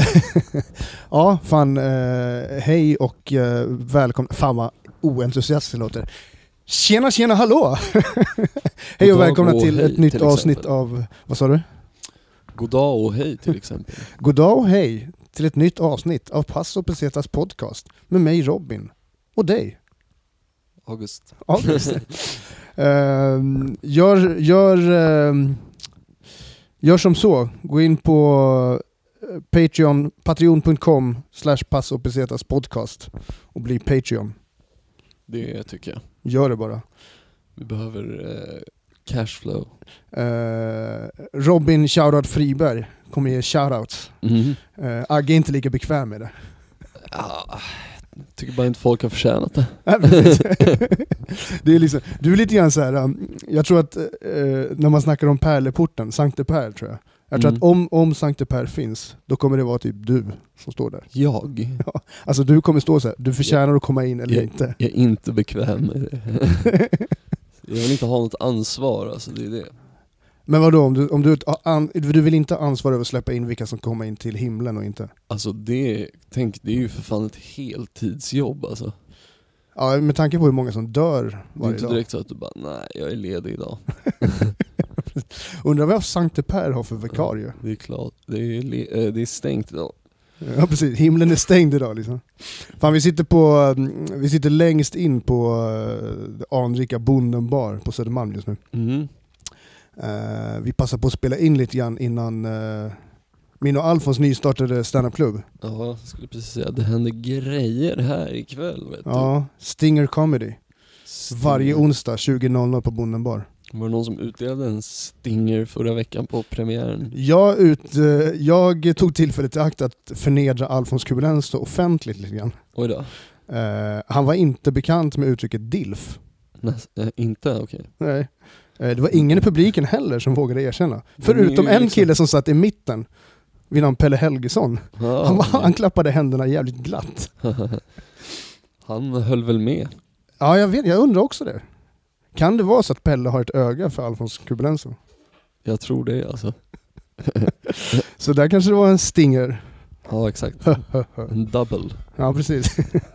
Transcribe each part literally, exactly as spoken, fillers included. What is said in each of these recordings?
Ja, fan, eh, hej och eh, välkomna. Fan vad oentusiastiskt det låter. Tjena, tjena, hallå! Hej och välkomna till hej, ett nytt till avsnitt exempel. av, vad sa du? God dag och hej till exempel. God dag och hej till ett nytt avsnitt av Passo Pesetas podcast med mig Robin och dig. August. August. uh, gör, gör, uh, gör som så. Gå in på Patreon, patreon punkt com slash Passo Pesetas podcast och bli Patreon. Det tycker jag. Gör det bara. Vi behöver eh, cashflow. Uh, Robin Shoutout Friberg kommer ge shoutouts. Mm. Uh, Agge är inte lika bekväm med det. Ah, jag tycker bara inte folk har förtjänat det. Det är liksom, du är lite grann så här. Um, jag tror att uh, när man snackar om Pärleporten, Sankte Per tror jag. Jag tror Mm. att om, om Sankte Per finns, då kommer det vara typ du som står där. Jag? Ja, alltså du kommer stå så här, du förtjänar att komma in eller jag, inte. Jag är inte bekväm med det. Jag vill inte ha något ansvar, alltså det är det. Men vadå, om du, om du, an, du vill inte ha ansvar över att släppa in vilka som kommer in till himlen och inte? Alltså det, tänk, det är ju för fan ett heltidsjobb alltså. Ja, med tanke på hur många som dör Det är varje inte dag. direkt så att du bara, nej jag är ledig idag. Undrar vad Sankte Per har för vikarie? Det är klart, det är, le- äh, det är stängt idag. Ja precis, himlen är stängd idag liksom. Fan, vi sitter på vi sitter längst in på uh, anrika Bondenbar på Södermalm just nu. Mm. Uh, vi passar på att spela in lite grann innan uh, min och Alfons nystartade stand-up-klubb. Ja, jag skulle precis säga, det händer grejer här ikväll vet Ja, Stinger Comedy. du. Varje onsdag tjugo noll noll på Bondenbar. Var det någon som utdelade en stinger förra veckan på premiären? Jag, ut, uh, jag tog tillfället i akt att förnedra Alfons Kubulens offentligt lite grann. Oj då. Uh, han var inte bekant med uttrycket dilf. Näs, äh, inte? Okej. Nej. Uh, det var ingen i publiken heller som vågade erkänna. Förutom är ju en liksom- kille som satt i mitten vid namn Pelle Helgesson. Ja, Han, var, okej. han klappade händerna jävligt glatt. Han höll väl med? Ja, jag vet. Jag undrar också det. Kan det vara så att Pelle har ett öga för Alfons Kubulenso? Jag tror det alltså. Så där kanske det var en stinger. Ja, exakt. En double. Ja, precis.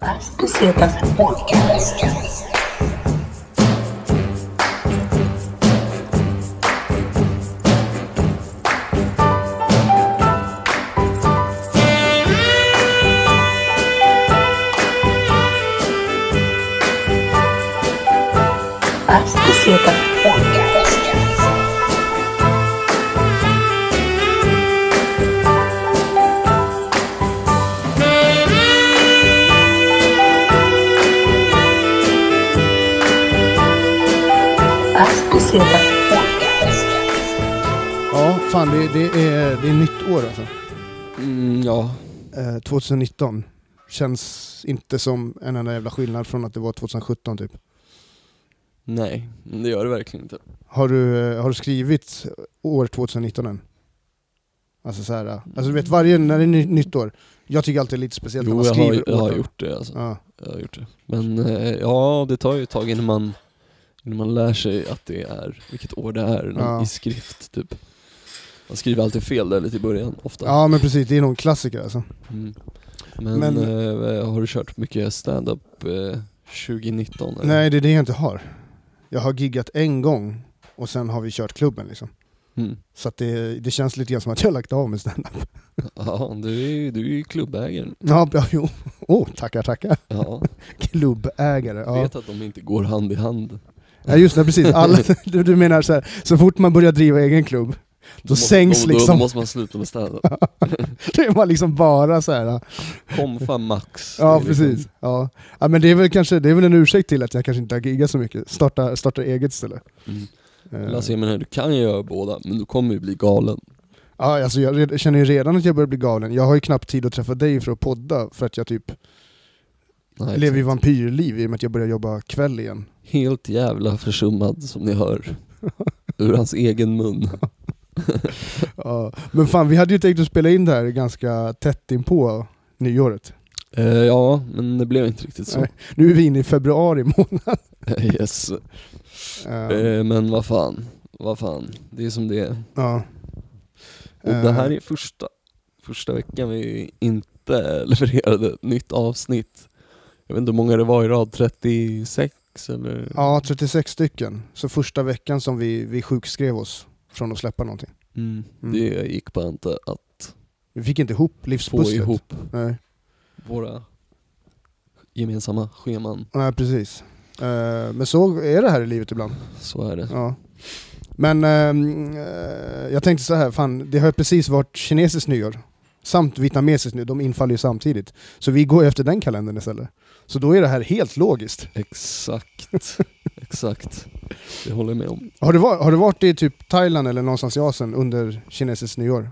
Ja, fan det, det, är, det är nytt år alltså. Mm, ja. Eh, tjugonitton. Känns inte som en enda jävla skillnad från att det var tjugosjutton typ. Nej, det gör det verkligen inte. Har du, eh, har du skrivit år tjugonitton än? Alltså så här, alltså du vet varje, när det är ny, nytt år. Jag tycker alltid det är lite speciellt när Jo, man jag skriver har, jag har årtal. gjort det alltså. Ja. Jag har gjort det. Men eh, ja, det tar ju ett tag innan man, innan man lär sig att det är, vilket år det är Ja. i skrift typ. Man skriver alltid fel där lite i början, ofta. Ja men precis, det är nog en klassiker alltså. Mm. Men, Men- eh, har du kört mycket stand-up eh, tjugonitton? Eller? Nej, det är det jag inte har. Jag har giggat en gång och sen har vi kört klubben liksom. Mm. Så att det, det känns lite grann som att jag har lagt av med stand-up. Ja, du är ju du är ju klubbägaren. Ja, ja, jo. Oh, tackar, tackar. Ja, Klubbägare. jag Ja. vet att de inte går hand i hand. Ja, just det, precis. Alla, du, du menar så här, så fort man börjar driva egen klubb, då måste- sänks då, då, liksom. Då måste man sluta med stand-up. då är man liksom bara så här. Komfa max. Ja, Det är liksom- precis. Ja. Ja, men det är väl kanske, det är väl en ursäkt till att jag kanske inte har giggat så mycket. Starta, starta eget istället. Mm. Eh, Alltså jag menar, du kan ju göra båda, men du kommer ju bli galen. Ja, alltså jag red- känner ju redan att jag börjar bli galen. Jag har ju knappt tid att träffa dig för att podda för att jag typ Nej, lever i exakt. vampyrliv i och med att jag börjar jobba kväll igen. Helt jävla försummad som ni hör. Ur hans egen mun. Ja. Men fan, vi hade ju tänkt att spela in det här ganska tätt in på nyåret. Eh, ja, men det blev inte riktigt så. Nej. Nu är vi inne i februari månad. Yes. Uh, Eh, men vad fan, vad fan, det är som det är. ja. Och det här är första, första veckan vi inte levererade ett nytt avsnitt. Jag vet inte hur många det var i rad, trettiosex eller? Ja, trettiosex stycken. Så första veckan som vi, vi sjukskrev oss från att släppa någonting. Mm. Mm. Det gick bara inte att Vi fick inte ihop få livspusslet. ihop Nej. våra gemensamma scheman. Nej, precis. Uh, men så är det här i livet ibland. Så är det. Ja. Men uh, jag tänkte så här, fan, det har precis varit kinesiskt nyår samt vietnamesiskt nyår, de infaller ju samtidigt. Så vi går efter den kalendern istället. Så då är det här helt logiskt. Exakt. Exakt. Det håller jag med om. Har du, var, har du varit i typ Thailand eller någonstans i Asien under kinesiskt nyår?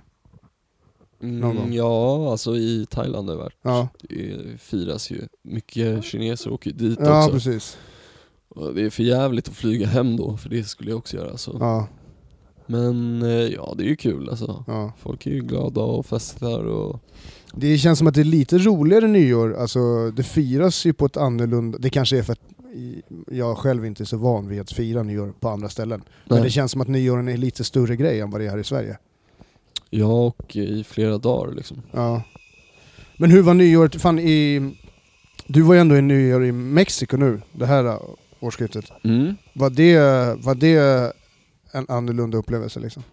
Mm, ja, alltså i Thailand har jag varit. Ja, Det firas ju. Mycket kineser åker dit ja också. precis. Och det är för jävligt att flyga hem då, för det skulle jag också göra. Så. Ja, Men eh, ja, det är ju kul alltså. ja. Folk är ju glada och festar och... Det känns som att det är lite roligare nyår. Alltså, det firas ju på ett annorlunda... Det kanske är för att jag själv inte är så van vid att fira nyår på andra ställen. Men Nej. det känns som att nyåren är lite större grej än vad det är här i Sverige. Ja, och i flera dagar liksom. Ja. Men hur var nyåret? Fan, i... Du var ju ändå i nyår i Mexiko nu, det här årsskiftet. Mm. Var det, var det en annorlunda upplevelse liksom?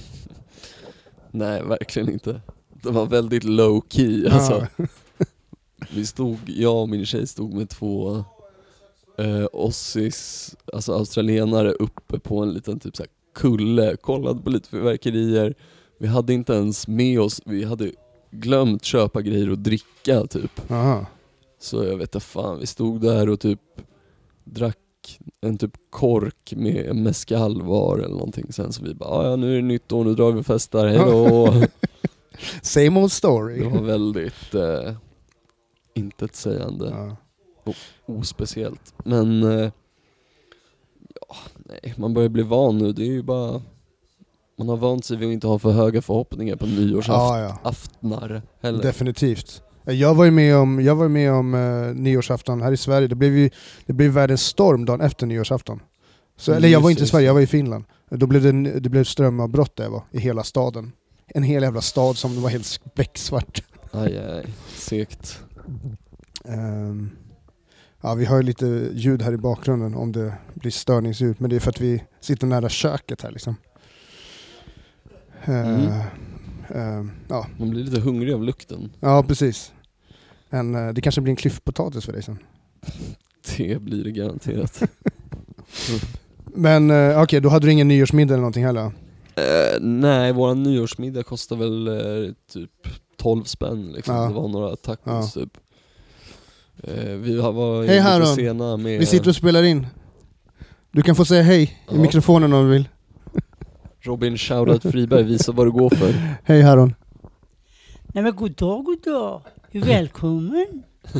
Nej, verkligen inte. Det var väldigt low key alltså. Ja. Vi stod, jag och min tjej stod med två eh, Aussies, alltså australienare, uppe på en liten typ så här kulle, kollade på lite fyrverkerier. Vi hade inte ens med oss, vi hade glömt köpa grejer och dricka typ. Aha. Så jag vet inte fan, vi stod där och typ drack en typ kork med mezcal var eller någonting. Sen så vi bara, ja nu är det nytt år, nu drar vi och festar, hejdå. Same old story. Det var väldigt eh, intetsägande Ja. och ospeciellt. Men eh, ja, nej, man börjar bli van nu. Det är ju bara, man har vant sig vid att inte ha för höga förhoppningar på nyårsaftnar Ja, ja. heller. Definitivt. Jag var ju med om, jag var med om uh, nyårsafton här i Sverige. Det blev ju det blev världens storm dagen efter nyårsafton. Så, eller jag var inte i Sverige, jag var i Finland. Då blev det, det blev strömavbrott där jag var, i hela staden. En hel jävla stad som var helt becksvart. Aj, aj, segt. Um, ja, vi har ju lite ljud här i bakgrunden om det blir störningsljud. Men det är för att vi sitter nära köket här liksom. Uh, Mm. uh, ja. Man blir lite hungrig av lukten. ja, precis. En, uh, det kanske blir en klyftpotatis för dig sen. Det blir det garanterat. Men uh, okej, okay, då hade du ingen nyårsmiddag eller någonting heller? Eh, nej, våran nyårsmiddag kostar väl eh, typ tolv spänn liksom. Ja. Det var några tacos Ja. typ. Eh, vi har- var ju Hej, lite Haron. sena med... Vi sitter och spelar in. Du kan få säga hej i Ja. mikrofonen om du vill. Robin shoutout Friberg, visa vad du går för. Hej Haron. Nej men god dag, god dag. Välkommen.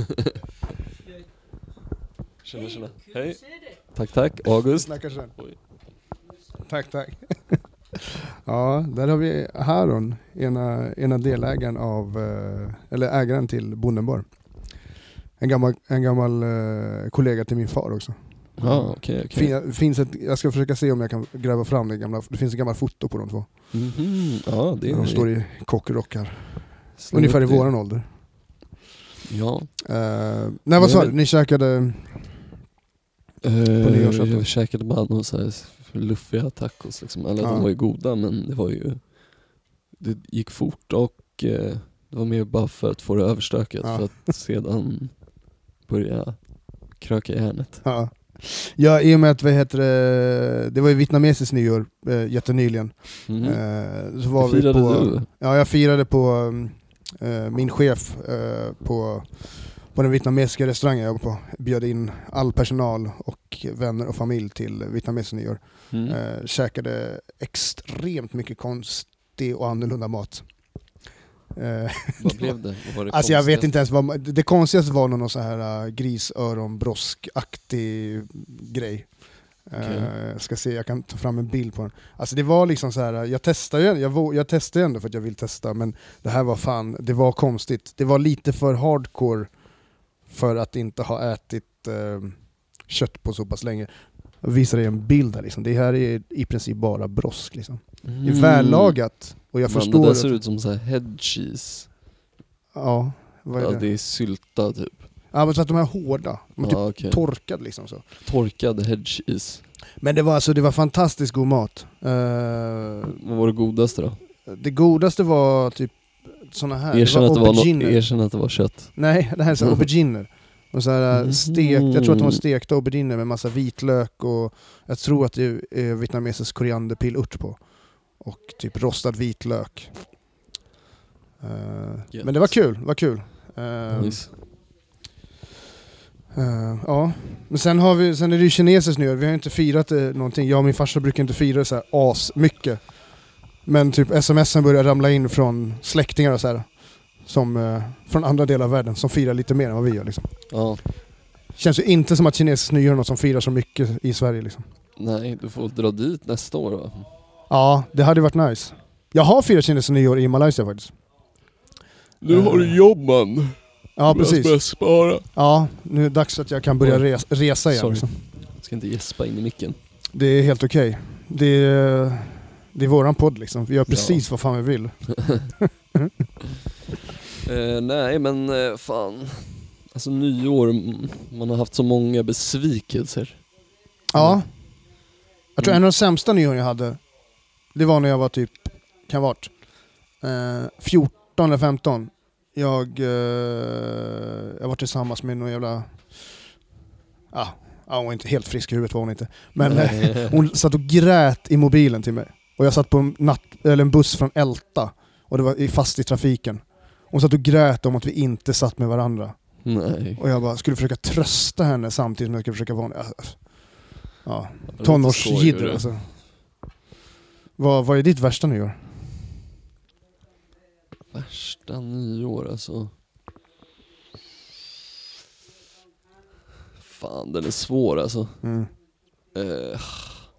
Tjena, tjena. Hej. Tack, tack. August. Snackar sen. Oj. Tack, tack. Ja, där har vi Haron, ena, ena delägaren av, eh, eller ägaren till Bondenbar. En gammal, en gammal eh, kollega till min far också. Ja, okej, okej. Fin, finns ett, jag ska försöka se om jag kan gräva fram det gamla. Det finns ett gammalt foto på de två. Mhm, ja, det är... De står i kockrockar. Släng Ungefär i upp det. våran ålder. Ja. Uh, nej, vad sa du? Ni käkade... Eh, nyårsafton. jag käkade bara några så här luffiga tacos liksom. Eller Ja. de var ju goda, men det var ju... Det gick fort och eh, det var mer bara för att få det överstökat. Ja. För att sedan börja kröka i järnet. Ja. Ja, i och med att vad heter det, det var ju vietnamesiskt nyår eh, jättenyligen. Mhm. Eh, så var Vad vi firade på, du? Ja, jag firade på eh, min chef eh, på, på den vietnamesiska restaurangen jag jobbade på. Bjöd in all personal och vänner och familj till vietnamesiskt nyår. Mm. Eh, käkade extremt mycket konstig och annorlunda mat. Eh, Vad blev det? Vad var det Alltså jag vet konstigaste? inte ens vad, det konstigaste var någon så här uh, grisöronbroskaktig grej. Okej. Uh, ska se, jag kan ta fram en bild på den. Alltså det var liksom så här, jag testade ju, jag, vå- jag testade ändå för att jag vill testa, men det här var fan, det var konstigt. Det var lite för hardcore för att inte ha ätit uh, kött på så pass länge. och visar dig en bild här liksom. Det här är i princip bara brosk liksom. Mm. Det är vällagat och jag Men förstår det där att, ser ut som så här head cheese. ja, vad är Ja, det? det är sylta typ. Ja, men så att de är hårda. De är typ Ja, okej. torkade liksom så. Torkad head cheese. Men det var alltså det var fantastiskt god mat. Uh, Vad var det godaste då? det godaste var typ såna här. Erkänn det att, var det var no- auberginer. erkänn att det var kött. Nej, det här är så här auberginer. Och så här Mm. stekt, jag tror att de var stekta auberginer med massa vitlök och jag tror att det är vietnamesisk korianderpillört på. Och typ rostad vitlök. Uh, Yes. men det var kul, det var kul. Uh, Nice. Uh, ja, men sen, har vi, sen är det ju kinesiskt nyår. Vi har inte firat det någonting. Jag och min farsa brukar inte fira det så här as mycket. Men typ smsen börjar ramla in från släktingar och så här, som, uh, från andra delar av världen som firar lite mer än vad vi gör liksom. Ja. Känns ju inte som att kinesiskt nyår är något som firar så mycket i Sverige liksom. Nej, du får dra dit nästa år va? Ja, det hade varit nice. Jag har firat kinesiskt nyår i Malaysia faktiskt. Nu har du jobb man. Ja, precis. Jag ska spara. Ja, nu är det dags att jag kan börja Oj. res- resa igen Sorry. liksom. Jag ska inte gäspa in i micken. Det är helt okej. Det är, det är våran podd liksom. Vi gör precis Ja. vad fan vi vill. eh, nej men eh, fan. Alltså nyår, mm, man har haft så många besvikelser. Ja. Jag tror Mm. en av de sämsta nyår jag hade, det var när jag var typ, kan ha varit, eh, fjorton eller femton. Jag, eh, jag var tillsammans med någon jävla... Ah, ah, hon var inte helt frisk i huvudet var hon inte. Men eh, hon satt och grät i mobilen till mig. Och jag satt på en, natt, eller en buss från Älta. Och det var fast i trafiken. Hon satt och grät om att vi inte satt med varandra. Nej. Och jag bara skulle försöka trösta henne samtidigt som jag skulle försöka vara... Ja, Det låter tonårsjidder skoj, alltså. Vad, vad är ditt värsta nyår? Värsta nyår alltså. Fan, den är svår alltså. Mm. Eh, eh,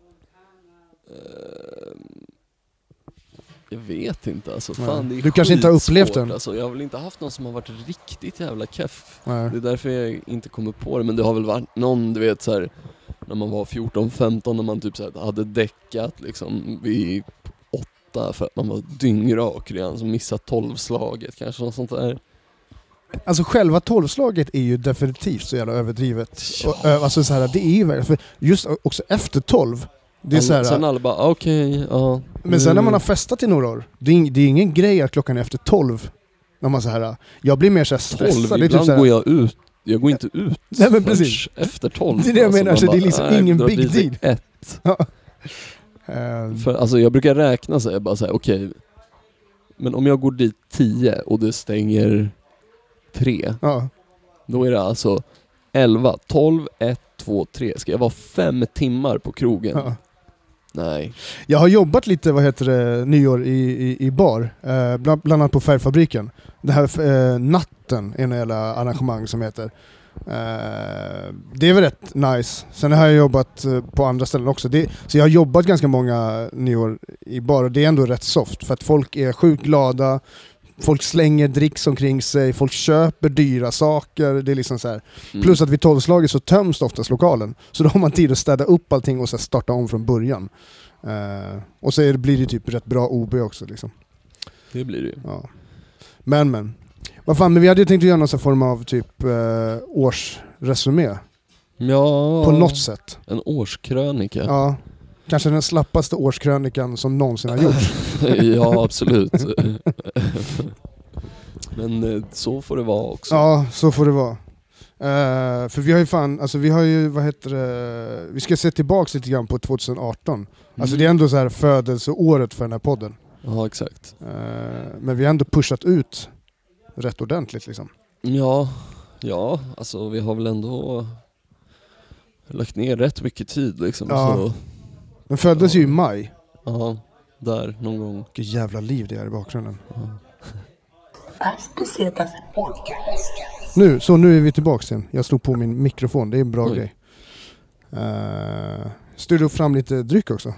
jag vet inte alltså. Fan, det är Du kanske inte har upplevt skitsvårt, den. Alltså. Jag har väl inte haft någon som har varit riktigt jävla keff. Nej. Det är därför jag inte kommer på det. Men det har väl varit någon, du vet så här, när man var fjorton femton, när man typ så här, hade däckat liksom vid åtta för att man var dyngrak redan, som missat tolvslaget kanske, något sånt där. Alltså själva tolvslaget är ju definitivt så jävla överdrivet. Ja. Och, ö, alltså så här, det är ju verkligen, för just också efter tolv, det är så här, Sen alla bara, okej, ja. men sen när man har festat i några år, det är, ing- det är ingen grej att klockan är efter tolv. När man så här, jag blir mer så här stressad. tolv, Det är typ ibland så här, går jag ut. Jag går inte ut Nej, men förrän precis. efter tolv. Det är det jag menar, man så det är bara, liksom nej, ingen dra big dit vid deal. ett. ehm, För, alltså, jag brukar räkna så här, bara så här, okej. Men om jag går dit tio och det stänger tre, ja. då är det alltså elva, tolv, ett, två, tre. Ska jag vara fem timmar på krogen? Ja. Nej. Jag har jobbat lite, vad heter det, nyår i, i, i bar, eh, bland, bland annat på Färgfabriken. Det här eh, natten är en jävla arrangemang som heter. Eh, det är väl rätt nice. Sen har jag jobbat eh, på andra ställen också. Det, så jag har jobbat ganska många nyår i bar och det är ändå rätt soft för att folk är sjukt glada. Folk slänger dricks omkring sig, folk köper dyra saker. Det är liksom så här. Mm. Plus att vid tolvslaget så töms oftast lokalen. Så då har man tid att städa upp allting och så starta om från början. Uh, och så är det, blir det typ rätt bra O B också. Liksom. Det blir det ju. Ja. Men men. Vad fan, men vi hade ju tänkt att göra någon sån form av typ uh, årsresumé. Ja. På något sätt. En årskrönika. Ja. Kanske den slappaste årskrönikan som någonsin har gjorts. Ja, absolut. Men eh, så får det vara också. Ja, så får det vara. Uh, för vi har ju fan, alltså vi har ju, vad heter det, vi ska se tillbaks lite grann på tjugoarton. Alltså Mm. det är ändå så här födelseåret för den här podden. Ja, exakt. Uh, men vi har ändå pushat ut rätt ordentligt liksom. Ja, ja, alltså vi har väl ändå lagt ner rätt mycket tid liksom. Ja. Så, Den föddes Ja. ju i maj. ja, där någon gång. Vilket jävla liv det är i bakgrunden. Ja. Nu, så nu är vi tillbaks igen. Jag slog på min mikrofon, det är en bra Oj. grej. Uh, styrde upp fram lite dryck också.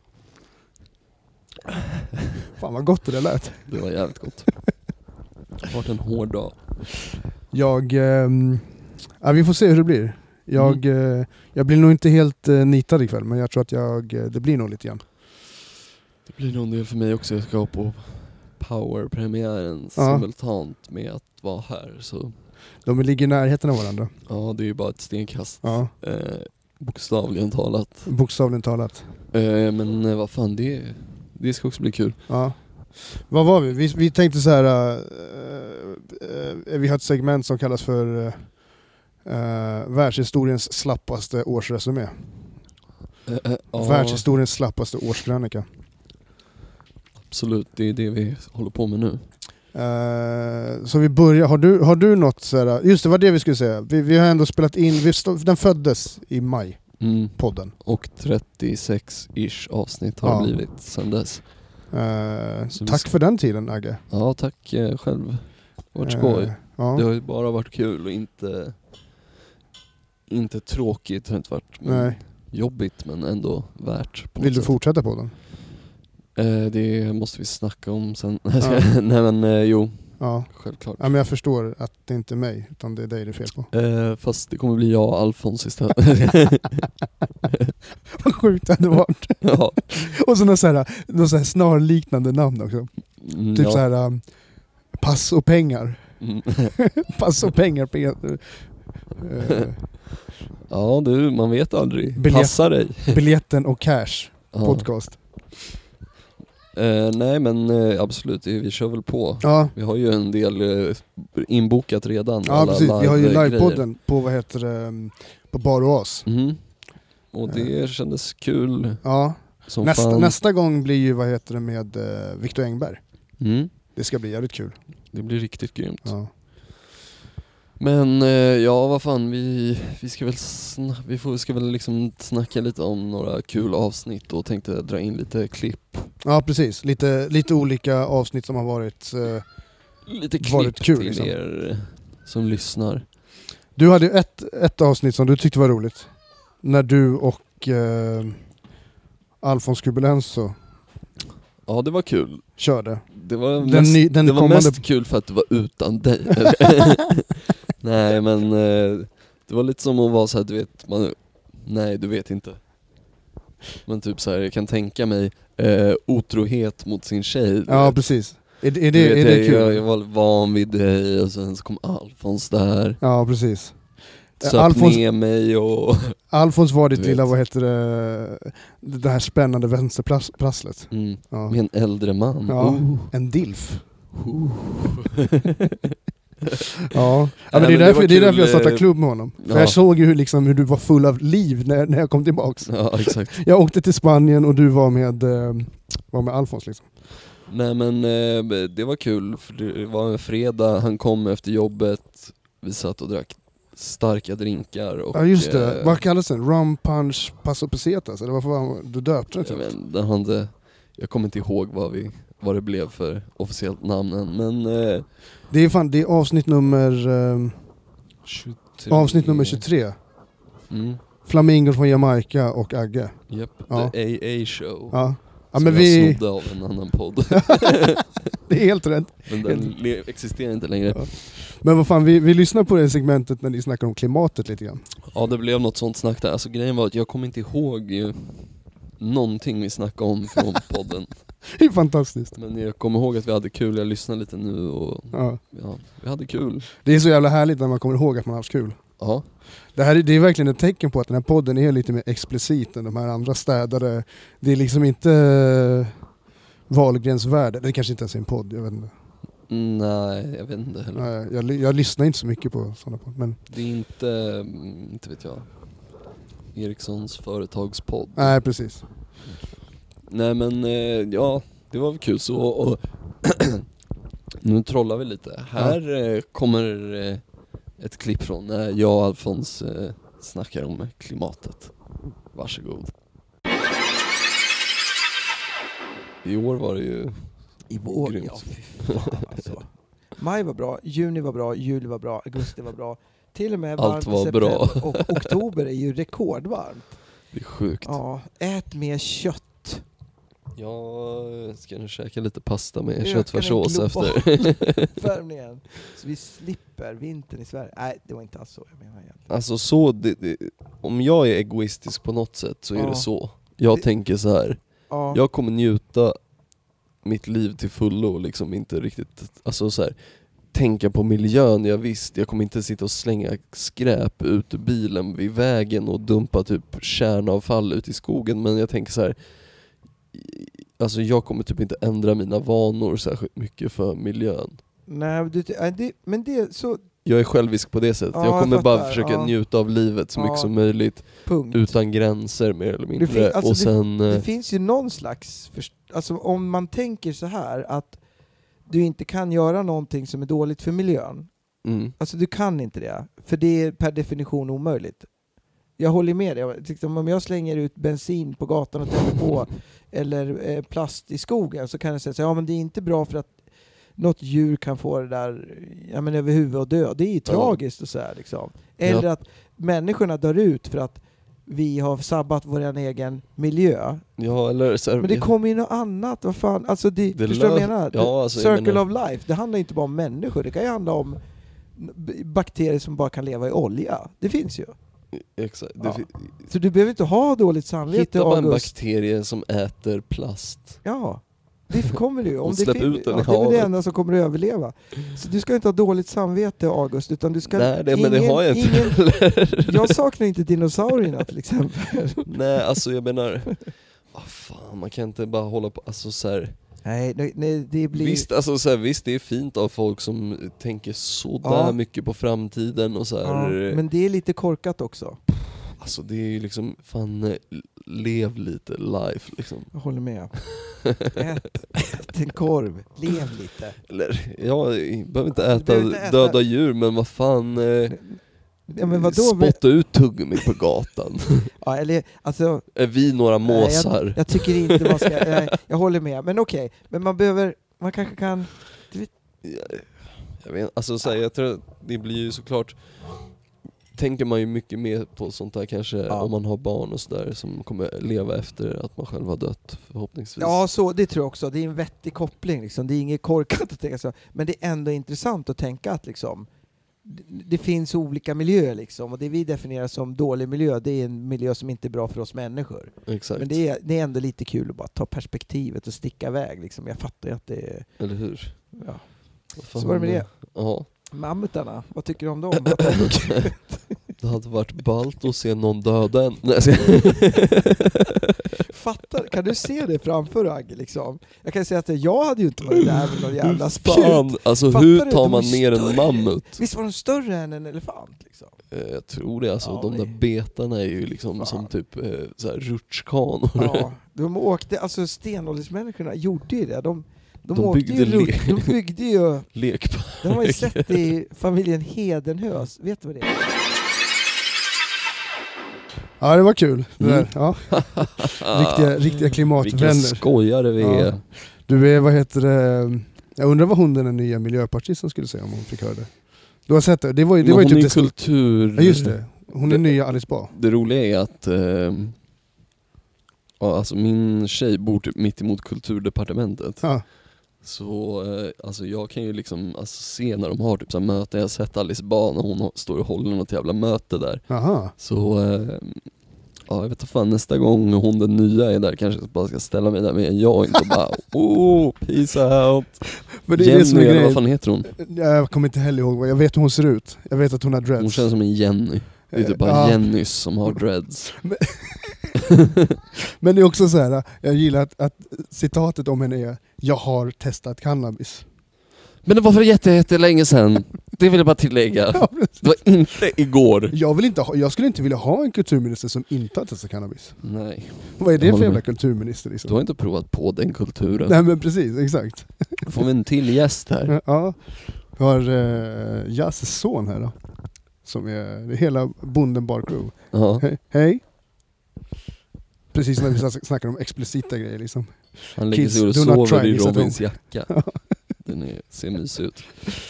Fan vad gott det där lät. Det var jävligt gott. Det har varit en hård dag. Jag, ehm, ja, vi får se hur det blir. Jag, mm. eh, jag blir nog inte helt eh, nitad ikväll, men jag tror att jag, eh, det blir nog lite grann. Det blir nog en del för mig också. Jag ska på Power-premiären ja. simultant med att vara här. Så. De ligger i närheten av varandra. Ja, det är ju bara ett stenkast. Ja. Eh, bokstavligen talat. Bokstavligen talat. Eh, men eh, vad fan, det, det ska också bli kul. Ja. Vad var vi? Vi, vi tänkte så här. Uh, uh, vi har ett segment som kallas för uh, uh, världshistoriens slappaste årsresumé. Uh, uh, uh, världshistoriens slappaste årskrönika. Absolut, det är det vi håller på med nu. Uh, så vi börjar. Har du, har du något så här? Just det, var det vi skulle säga. Vi, vi har ändå spelat in. Vi stå, den föddes i maj. Mm. Podden. Och trettiosex-ish avsnitt har ja. blivit sedan dess. Uh, tack för den tiden, Agge. Ja, tack uh, själv. Det har varit skoj. Uh, ja. Det har ju bara varit kul och inte inte tråkigt. Det har inte varit Nej. jobbigt, men ändå värt. Vill du sätt. fortsätta på den? Uh, det måste vi snacka om sen. Ja. Nej men uh, jo. Ja. Självklart. Ja, men jag förstår att det inte är mig, utan det är dig det är fel på. Uh, fast det kommer bli jag och Alfons istället. Vad sjukt det hade varit. Ja. Och så något så här, något så här snarliknande namn också. Mm, typ ja. så här um, pass och pengar. Mm. Pass och pengar. Pe- uh, ja du, man vet aldrig. Biljett, Passa dig. Biljetten och cash ja. podcast. Uh, nej men uh, absolut, vi kör väl på. Ja. Vi har ju en del uh, inbokat redan. Ja precis, vi har ju livepodden grejer. på vad heter det, på Bar och As. Mm. Och det uh. kändes kul. Ja. Som nästa, fan. nästa gång blir ju vad heter det med uh, Viktor Engberg. Mm. Det ska bli jävligt kul. Det blir riktigt grymt. Ja. Men uh, ja, vad fan, vi, vi ska väl sna- vi får, ska väl liksom snacka lite om några kul avsnitt och tänkte dra in lite klipp. Ja precis, lite, lite olika avsnitt som har varit uh, lite klipp varit kul, till liksom. er som lyssnar. Du hade ett, ett avsnitt som du tyckte var roligt. När du och uh, Alfons Kubelenso Ja, det var kul. körde. Det var Den mest, ny, den det var kommande... mest kul för att det var utan dig. Nej men uh, det var lite som att vara så här, du vet, man, nej du vet inte. Men typ så här, jag kan tänka mig uh, otrohet mot sin tjej. Ja vet. precis. Är, är, det, vet, är det jag, kul? Jag, jag var van vid dig och sen så kom Alfons där. Ja precis. Söp Alfons, ner mig och... Alfons var ditt Du lilla, vet. vad heter det, det här spännande vänsterprasslet. Mm. Ja. Med en äldre man. Ja, Oh. en dilf. Oh. Ja, ja men Nej, det är men det därför, var det är därför kul, jag startade eh, klubb med honom. För ja. jag såg ju hur, liksom, hur du var full av liv när, när jag kom tillbaks. Ja, exakt. Jag åkte till Spanien och du var med, eh, var med Alfons liksom. Nej men eh, det var kul, för det var en fredag, han kom efter jobbet, vi satt och drack starka drinkar och... Ja just det, eh, vad kallas den? Rum punch paso pesetas? Eller varför var du döpte den jag, till? men, den hade, jag kommer inte ihåg vad, vi, vad det blev för officiellt namnen, men... Eh, Det är fan, det är avsnitt nummer eh, tjugotre avsnitt nummer tjugotre. Mm, Flamingon från Jamaica och Agge. yep, Ja. The A A Show. Ja, ja som men jag vi... snodde av en annan podd. Det är helt rätt. Men den le- existerar inte längre. Ja. Men vad fan, vi, vi lyssnar på det segmentet när ni snackar om klimatet lite grann. Ja, det blev något sånt snack där. Alltså grejen var att jag kommer inte ihåg ju någonting vi snackade om från podden. Det är fantastiskt. Men jag kommer ihåg att vi hade kul, jag lyssnade lite nu och Ja. ja, vi hade kul. Det är så jävla härligt när man kommer ihåg att man har haft kul. Ja. Det här är, det är verkligen ett tecken på att den här podden är lite mer explicit än de här andra städare. Det är liksom inte uh, Wahlgrens värld. Det kanske inte ens är en podd, jag vet inte. Nej, jag vet inte heller. Nej, jag, jag lyssnar inte så mycket på sådana podd. Men... Det är inte, inte vet jag, Erikssons företagspodd. Nej, precis. Nej men eh, ja, det var väl kul så och nu trollar vi lite. Här eh, kommer eh, ett klipp från när jag och Alfons eh, snackar om klimatet. Varsågod. I år var det ju I vår, grymt. ja fy fan alltså. Maj var bra, juni var bra, juli var bra, augusti var bra. Till och med Allt varmt i var september bra. och oktober är ju rekordvarmt. Det är sjukt. Ja, ät mer kött. Jag ska nu käka lite pasta med Ökar köttfärssås den efter. globala värmningen. Så vi slipper vintern i Sverige. Nej, det var inte alls så jag menar egentligen. Alltså så, det, det, om jag är egoistisk på något sätt så är Ja. det så. Jag Det- tänker så här. Ja. Jag kommer njuta mitt liv till fullo och liksom inte riktigt, alltså så här, tänka på miljön. Jag visst, jag kommer inte sitta och slänga skräp ut ur bilen vid vägen och dumpa typ kärnavfall ut i skogen, men jag tänker så här. Alltså jag kommer typ inte ändra mina vanor särskilt mycket för miljön. Nej, du, äh, det, men det så Jag är självisk på det sättet. Ja, jag jag kommer bara fattar, försöka ja. njuta av livet så mycket Ja. som möjligt, punkt. utan gränser mer eller mindre. fin- alltså och det- sen... Det eh, finns ju någon slags, först- alltså om man tänker så här att du inte kan göra någonting som är dåligt för miljön. mm, Alltså du kan inte det, för det är per definition omöjligt. Jag håller med dig. Jag tyckte, om jag slänger ut bensin på gatan och tänder på eller eh, plast i skogen så kan jag säga så, ja men det är inte bra för att något djur kan få det där ja, men över huvudet och dö. Det är ju Ja. tragiskt och så här, liksom. Eller Ja. att människorna dör ut för att vi har sabbat vår egen miljö. ja, eller så här, Men det kommer ju något annat, vad fan, alltså det, Det förstår du vad jag lö- menar? Ja, alltså, jag Circle menar- of life, det handlar inte bara om människor, det kan ju handla om b- bakterier som bara kan leva i olja. Det finns ju. Exakt. Det Ja. fi- Så du behöver inte ha dåligt samvete, Hitta bara en August. bakterie som äter plast. Ja, det kommer du ju. Om Och det släpp fin- ut den ja, i det är väl det havet. enda som kommer att överleva. Så du ska inte ha dåligt samvete, August, utan du ska... Nej, det, men det ingen- har jag inte ingen- heller. Jag saknar inte dinosaurierna till exempel. Nej, alltså jag menar... Vad fan, man kan inte bara hålla på... Alltså så här, Nej, nej, nej, det blir... visst, alltså, så här, visst, det är fint av folk som tänker så där Ja. mycket på framtiden och så här, Ja, men det är lite korkat också. alltså det är ju liksom, fan, eh, lev lite life liksom. Jag håller med. Ät, ät en korv, lev lite. Eller, ja, jag behöver inte Du äta behöver inte äta- döda djur, men vad fan, eh, Ja, men vadå? spotta ut tuggummi på gatan. Ja, eller, alltså, Är vi några nej, måsar? jag, jag tycker inte man ska... Jag, jag håller med, men okej. Men man behöver... Man kanske kan... Jag, jag vet, alltså så här, jag tror att det blir ju såklart, tänker man ju mycket mer på sånt där kanske, Ja. om man har barn och sådär som kommer leva efter att man själv har dött förhoppningsvis. Ja, så, det tror jag också. Det är en vettig koppling. Liksom. Det är inget korkat att tänka så. Men det är ändå intressant att tänka att liksom, det, det finns olika miljöer. Liksom. Och det vi definierar som dålig miljö, det är en miljö som inte är bra för oss människor. Exakt. Men det är, det är ändå lite kul att bara ta perspektivet och sticka iväg. Liksom. Jag fattar ju att det är... Eller hur? Ja. Vad fan, Så var det med det. Ja, Mammutarna, vad tycker du om dem? Vad tänker du? det hade varit ballt att se någon döda en. Nej, jag ska- Fattar, kan du se det framför dig, Agge? Liksom? Jag kan säga att jag hade ju inte varit där med någon jävla spjut. Fan, alltså Fattar hur du? tar De man är ner en större. mammut? Visst var de större än en elefant? Liksom? Eh, Jag tror det, alltså Ja, de det- där betarna är ju liksom Fan. som typ eh, så här rutschkanor. Ja, de åkte, alltså stenåldersmänniskorna gjorde ju det. De, de, De åkte byggde ju, lut- lek. de byggde ju, Lekpark. de har ju sett det i familjen Hedenhös. Vet du vad det är? Ja, det var kul. Det Mm. där. Ja. Riktiga, riktiga Vilka klimatvänner. skojare vi Ja. är. Du är, vad heter det? Jag undrar vad hon, den nya miljöpartisten, skulle säga om hon fick höra det. Du har sett det? Det var ju, det Men var ju hon typ är det ju sto- kultur... Ja, just det. Hon är Det- nya Alice Bah. Det roliga är att eh, ja, alltså min tjej bor typ mitt emot kulturdepartementet. Ja. Så eh, alltså jag kan ju liksom alltså, se när de har typ så här möte. Jag har sett Alice Bah när hon har- står och håller något jävla möte där. Aha. Så eh, ja, jag vet inte fan, nästa gång hon den nya är där kanske jag bara ska ställa mig där med en jag inte bara oh, peace out. Men det är det som är Jenny, eller vad grejen. fan heter hon? Jag kommer inte heller ihåg vad, jag vet hur hon ser ut. Jag vet att hon har dreads. Hon känns som en Jenny. Det är typ bara Ja. Jennys som har dreads. Men det är också så här, jag gillar att, att citatet om henne är: jag har testat cannabis. Men det var för jätte, jätte länge sedan. Det vill jag bara tillägga. Ja, Det var inte igår. Jag, vill inte ha, jag skulle inte vilja ha en kulturminister som inte har testat cannabis. Nej, Vad är det Jag för håller jävla med. kulturminister liksom? du har inte provat på den kulturen. Nej men precis, exakt. Då får vi en till gäst här. Ja. Vi har uh, Jasses son här då. Som är, det är hela Bonden Bar Crew. Ja, Hej. Hej. Precis när vi snack- snackar om explicita grejer liksom. han lägger Kids, sig och do not sover try i this at Robins jacka. Den är, ser mysig ut.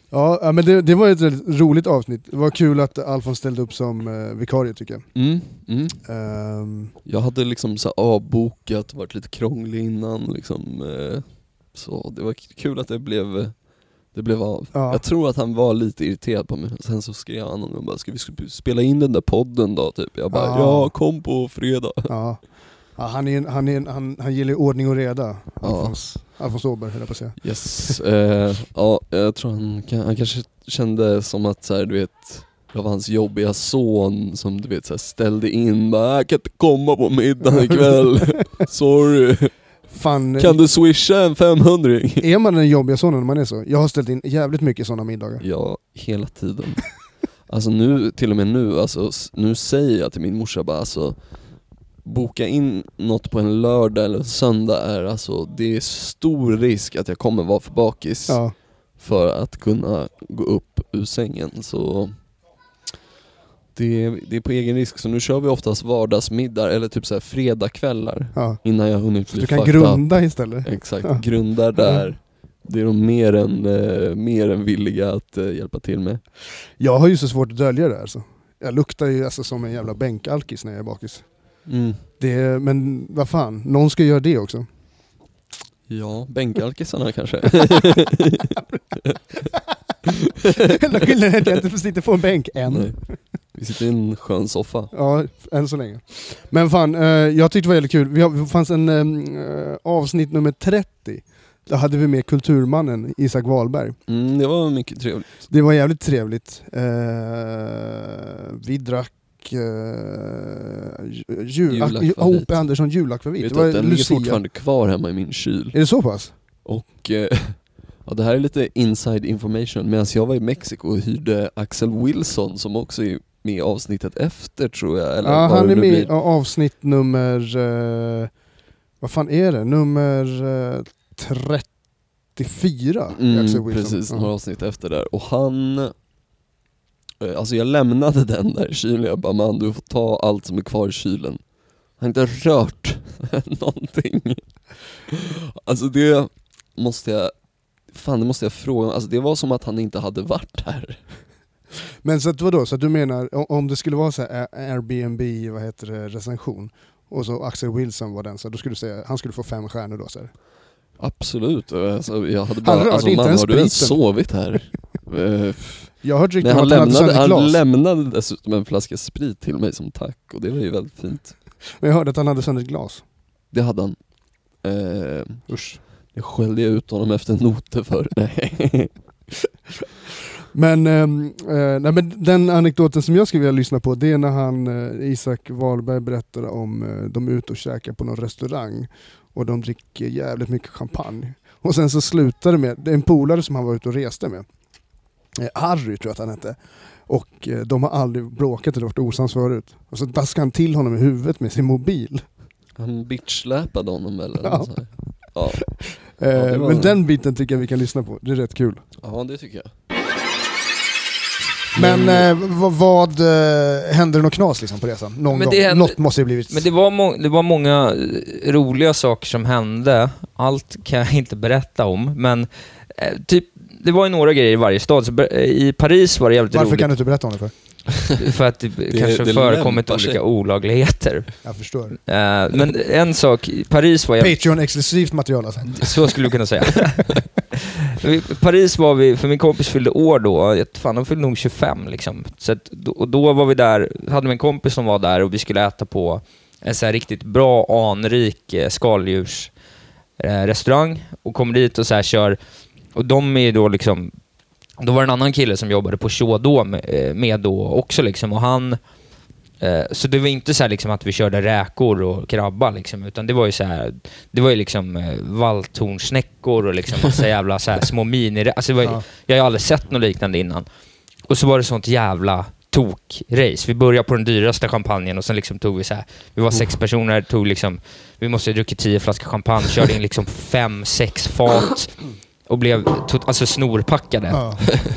Ja, ja men det, det var ett väldigt roligt avsnitt. Det var kul att Alfons ställde upp som eh, vikarie tycker jag. Mm, mm. Um, Jag hade liksom så här avbokat, varit lite krånglig innan liksom, eh, så det var kul att det blev det blev av. Ja. Jag tror att han var lite irriterad på mig. Sen så skrev han och bara, ska vi spela in den där podden då typ? Jag bara, Ja. ja, kom på fredag. ja. Ja, han, är, han, är, han, han gillar ordning och reda. Ja. Alfons, Alfons Åberg höll jag på att säga. Yes, eh, ja, jag tror han, han kanske kände som att så här, du vet, det var hans jobbiga son som du vet så här, ställde in, bara, jag kan inte komma på middagen ikväll. Sorry. Fan, Kan du swisha en femhundring? är man den jobbiga sonen när man är så? Jag har ställt in jävligt mycket sådana middagar. Ja, hela tiden. Alltså nu, till och med nu, alltså, nu säger jag till min morsa bara, alltså, boka in något på en lördag eller en söndag är alltså, det är stor risk att jag kommer vara för bakis Ja. för att kunna gå upp ur sängen. Så det är, det är på egen risk. Så nu kör vi oftast vardagsmiddag eller typ så här fredagkvällar Ja. innan jag hunnit Så bli du kan fucked grunda istället. up. Exakt, Ja. grundar där. Det är de mer än, eh, mer än villiga att eh, hjälpa till med. Jag har ju så svårt att dölja det här. Så. Jag luktar ju alltså som en jävla bänkalkis när jag är bakis. Mm. Det är, men vad fan, någon ska göra det också. Ja, bänkalkisarna kanske. Enda skillnaden är att jag inte får sitta på en bänk än. Nej. Vi sitter i en skön soffa. Ja, än så länge. Men fan, eh, jag tyckte det var väldigt kul. Vi har, det fanns en eh, avsnitt nummer trettio. Där hade vi med kulturmannen Isak Wahlberg. Mm, det var mycket trevligt. Det var jävligt trevligt. Eh, vi drack eh, jul, Julakvavit. O P Andersson julakvavit. Vet Det var du att den ligger Lucia. fortfarande kvar hemma i min kyl. Är det så pass? Och eh, ja, det här är lite inside information. Medan jag var i Mexiko och hyrde Axel Wilson som också är med i avsnittet efter tror jag. Eller Ja, vad han det är nu med i blir. avsnitt nummer... Eh, vad fan är det? Nummer eh, trettiofyra. Mm, Axel Wilson. precis, Ja. några avsnitt efter där. Och han... eh, Alltså jag lämnade den där i kylen. Jag bara, man du får ta allt som är kvar i kylen. Han har inte rört någonting. Alltså det måste jag... Fan, det måste jag fråga. Alltså det var som att han inte hade varit här. Men så att vadå? Så att du menar, o- om det skulle vara så här Airbnb, vad heter det, recension, och så Axel Wilson var den, så då skulle du säga, han skulle få fem stjärnor då så här. Absolut. Alltså, jag hade Han bara, rörde alltså, inte man, ens har du ens spriten. sovit här? Eh, Jag har hört Nej, riktigt han, att han hade lämnade, sönder han glas. lämnade dessutom en flaska sprit till mig som tack. Och det var ju väldigt fint. Men jag hörde att han hade sönder glas. Det hade han. Eh, Usch. jag skällde ut honom efter noter för. Nej. Men, ehm, eh, nej, men den anekdoten som jag skulle vilja lyssna på, det är när han, eh, Isak Wahlberg berättar om eh, de är ute och käkar på någon restaurang och de dricker jävligt mycket champagne. Och sen så slutar det med, det är en polare som han var ute och reste med. Eh, Harry tror jag att han hette. Och eh, de har aldrig bråkat eller varit osams förut. Och så daskar han till honom i huvudet med sin mobil. Han bitchsläpade honom eller Ja. något så här. Ja. Eh, Ja, det var- Men den biten tycker jag vi kan lyssna på. Det är rätt kul. Ja, det tycker jag. Men eh, vad, vad eh, händer det något knas liksom på resan? Någon Men gång? det händer- Något måste ju blivit... Men det var, må- det var många eh, roliga saker som hände. Allt kan jag inte berätta om, men eh, typ, det var ju några grejer i varje stad. Så, ber- i Paris var det jävligt Varför roligt. kan du inte berätta om det för? För att det, kanske det förekommit lämpar sig. olika olagligheter. Jag förstår. Eh, men en sak, i Paris var jävligt... Patreon-exklusivt material alltså. Så skulle du kunna säga. I Paris var vi, för min kompis fyllde år då, jag- fan de fyllde nog tjugofem liksom. Så att, då, och då var vi där, hade vi en kompis som var där och vi skulle äta på en så här riktigt bra, anrik eh, skaldjurs eh, restaurang och kommer dit och så här kör, och de är ju då liksom, då var det en annan kille som jobbade på Chaudot med, eh, med då också liksom, och han eh, så det var inte så här liksom att vi körde räkor och krabba liksom, utan det var ju så här, det var ju liksom eh, valthornsnäckor och liksom massa jävla så här små mini, alltså det var, ju- Ja. jag har ju aldrig sett något liknande innan. Och så var det sånt jävla tok-race. Vi började på den dyraste champagnen och sen liksom tog vi så här, vi var sex personer, tog liksom, vi måste ha druckit tio flaskor champagne, körde in liksom fem, sex fat och blev tot- alltså snorpackade. Ja.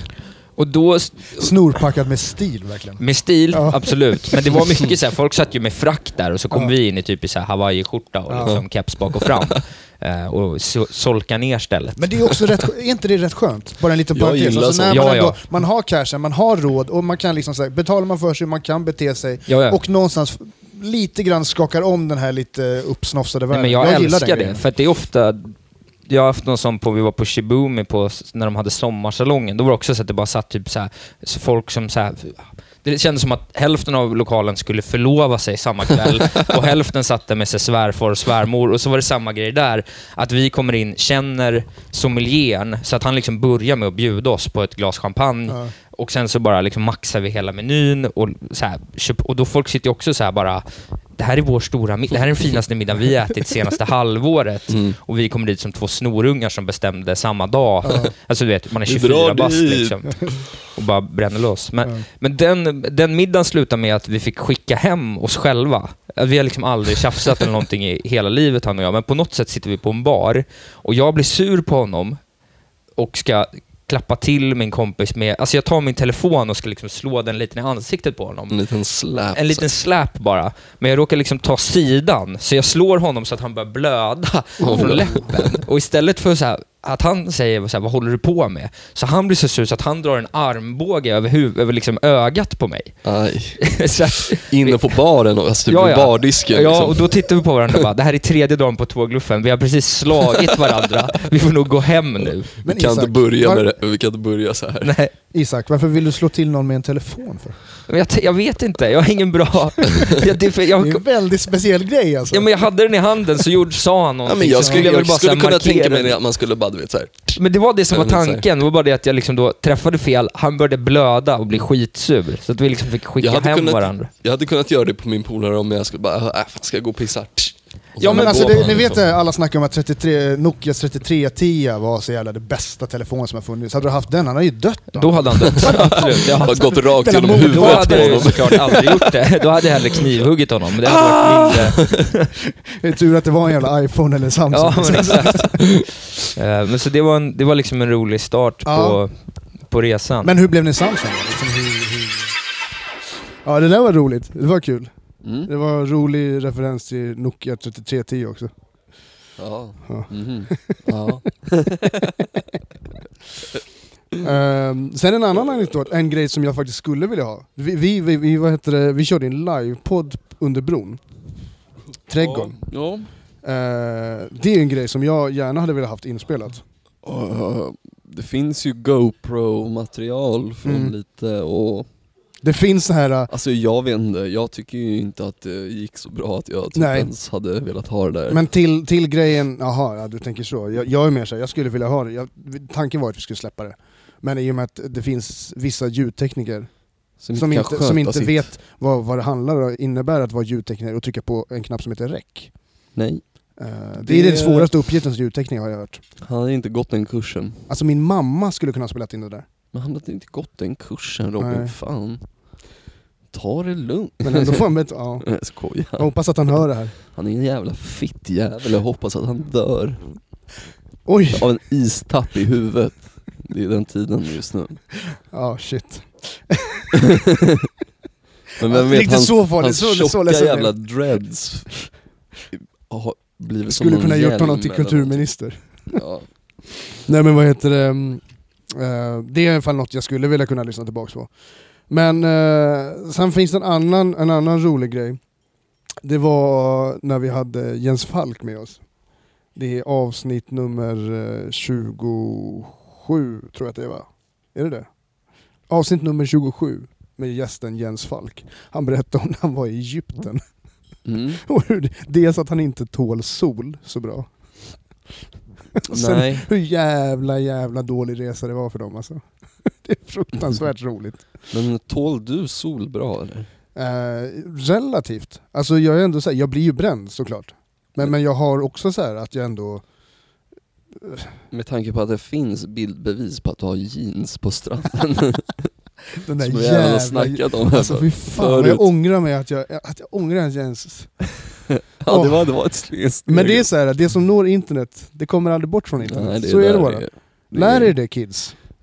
Och då... Snorpackad med stil verkligen. Med stil, ja. absolut. Men det var mycket så här, folk satt ju med frack där och så kom ja. vi in i typ i så här Hawaii-skjorta och ja. liksom keps bak och fram. uh, och so- solka ner stället. Men det är också rätt, är inte det rätt skönt? Bara en liten parentes. Alltså, när man, ja, ändå, ja. man har cashen, man har råd och man kan liksom så här, betalar man för sig, man kan bete sig ja, ja. och någonstans lite grann skakar om den här lite uppsnofsade världen. Nej, men jag, jag älskar det, grejen. för att det är ofta... Jag har haft någon som på, vi var på Shibumi på, när de hade sommarsalongen. Då var det också så att det bara satt typ så här, så folk som så här, det kändes som att hälften av lokalen skulle förlova sig samma kväll och hälften satt där med sig svärfar och svärmor, och så var det samma grej där, att vi kommer in, känner sommelieren så att han liksom börjar med att bjuda oss på ett glas champagne ja. och sen så bara liksom maxar vi hela menyn och så här, och då folk sitter ju också så här bara, det här är vår stora middag, det här är den finaste middagen vi ätit senaste halvåret mm. och vi kommer dit som två snorungar som bestämde samma dag. Ja. Alltså du vet, man är tjugofyra bast liksom och bara bränner loss. Men, ja. men den, den middagen slutar med att vi fick skicka hem oss själva. Vi har liksom aldrig tjafsat eller någonting i hela livet, han och jag, men på något sätt sitter vi på en bar och jag blir sur på honom och ska klappa till min kompis med, alltså jag tar min telefon och ska liksom slå den lite i ansiktet på honom. En liten slap. En liten slap bara. Men jag råkar liksom ta sidan, så jag slår honom så att han börjar blöda oh. från läppen. Och istället för så här, att han säger så här, vad håller du på med? Så han blir så sur så att han drar en armbåge över, huv- över liksom ögat på mig. Aj. så att, Inne på baren och alltså, ja, ja. bardisken. Ja, liksom. och då tittar vi på varandra och bara, det här är tredje dagen på tågluffen. Vi har precis slagit varandra. Vi får nog gå hem nu. Men vi kan Isak, inte börja var... med det. Vi kan inte börja så här. Nej. Isak, varför vill du slå till någon med en telefon för? Jag, t- jag vet inte, jag har ingen bra... jag, det, för jag... det är en väldigt speciell grej alltså. Ja, men jag hade den i handen så gjorde, sa han någonting. Ja, men jag skulle, jag, jag bara skulle kunna markera. tänka mig att man skulle bara, du vet så här. Men det var det som var tanken, det var bara det att jag liksom då träffade fel, han började blöda och bli skitsur. Så att vi liksom fick skicka hem kunnat, varandra. Jag hade kunnat göra det på min polare om jag skulle bara, äh, fan, ska jag gå och pissa? Ja, men alltså det, ni vet det, alla snackar om att trettiotre, Nokias trettiotre tio var så jävla det bästa telefon som har funnits. Hade du haft den, han hade ju dött då. Då hade han dött, absolut. Jag hade gått rakt genom huvudet. Då hade jag såklart aldrig gjort det. Då hade jag hellre knivhuggit honom. Men det hade ah! varit mindre. Det är tur att det var en jävla iPhone eller Samsung. Ja, men exakt. Men så det var, en, det var liksom en rolig start ja. på, på resan. Men hur blev ni Samsung? Liksom hur, hur... Ja, det där var roligt. Det var kul. Mm. Det var en rolig referens till Nokia trettiotre tio också. Ja. Ja. Mm-hmm. Ja. um, sen en annan anekdot, en grej som jag faktiskt skulle vilja ha. Vi, vi, vi, vi, vad heter det, vi körde en livepodd under bron. Trädgården. Ja. Uh, det är en grej som jag gärna hade velat haft inspelat. Uh, det finns ju GoPro-material från mm. lite och... Det finns så här... Alltså jag vet inte, jag tycker ju inte att det gick så bra att jag typ ens hade velat ha det där. Men till, till grejen, jaha, ja, du tänker så. Jag, jag är mer så här, jag skulle vilja ha det. Jag, tanken var att vi skulle släppa det. Men i och med att det finns vissa ljudtekniker som, som inte, som inte vet vad, vad det handlar om, innebär att vara ljudtekniker och trycka på en knapp som heter rec. Nej. Uh, det, det är den svåraste uppgiften som ljudtekniker har jag hört. Han hade inte gått den kursen. Alltså min mamma skulle kunna spela in det där. Men han hade inte gått den kursen, Robin. Nej. Fan. Ta det lugnt. Men ändå får han med, ja. Jag skojar. Jag hoppas att han hör det här. Han är en jävla fittjävel. Jag hoppas att han dör. Oj. Av en istapp i huvudet. Det är den tiden just nu. Ja, oh, shit. Men vem vet, hans, så farligt, hans så, tjocka så, så jävla dreads har blivit skulle som kunna gjort honom till kulturminister. Ja. Nej, men vad heter det? Uh, det är i alla fall något jag skulle vilja kunna lyssna tillbaka på. Men uh, sen finns det en annan, en annan rolig grej. Det var när vi hade Jens Falk med oss. Det är avsnitt nummer tjugosju, tror jag att det var. Är det det? Avsnitt nummer tjugosju med gästen Jens Falk. Han berättade om när han var i Egypten. Mm. Och hur, dels att han inte tål sol så bra. Sen Nej. hur jävla jävla dålig resa det var för dem alltså. Det är fruktansvärt mm. roligt. Men tål du sol bra eller? Eh, relativt. Alltså jag är ändå så här, jag blir ju bränd såklart. Men, mm. men jag har också så här att jag ändå... Med tanke på att det finns bildbevis på att du har jeans på stranden. Den där som jag jävla... har snackat om. Alltså fy fan, jag ångrar mig att jag, att jag ångrar att jag ens... Ja, oh. det, var, det var ett steg. Men det är så här, det som når internet, det kommer aldrig bort från internet. Nej, så är det bara. Lär er det, kids.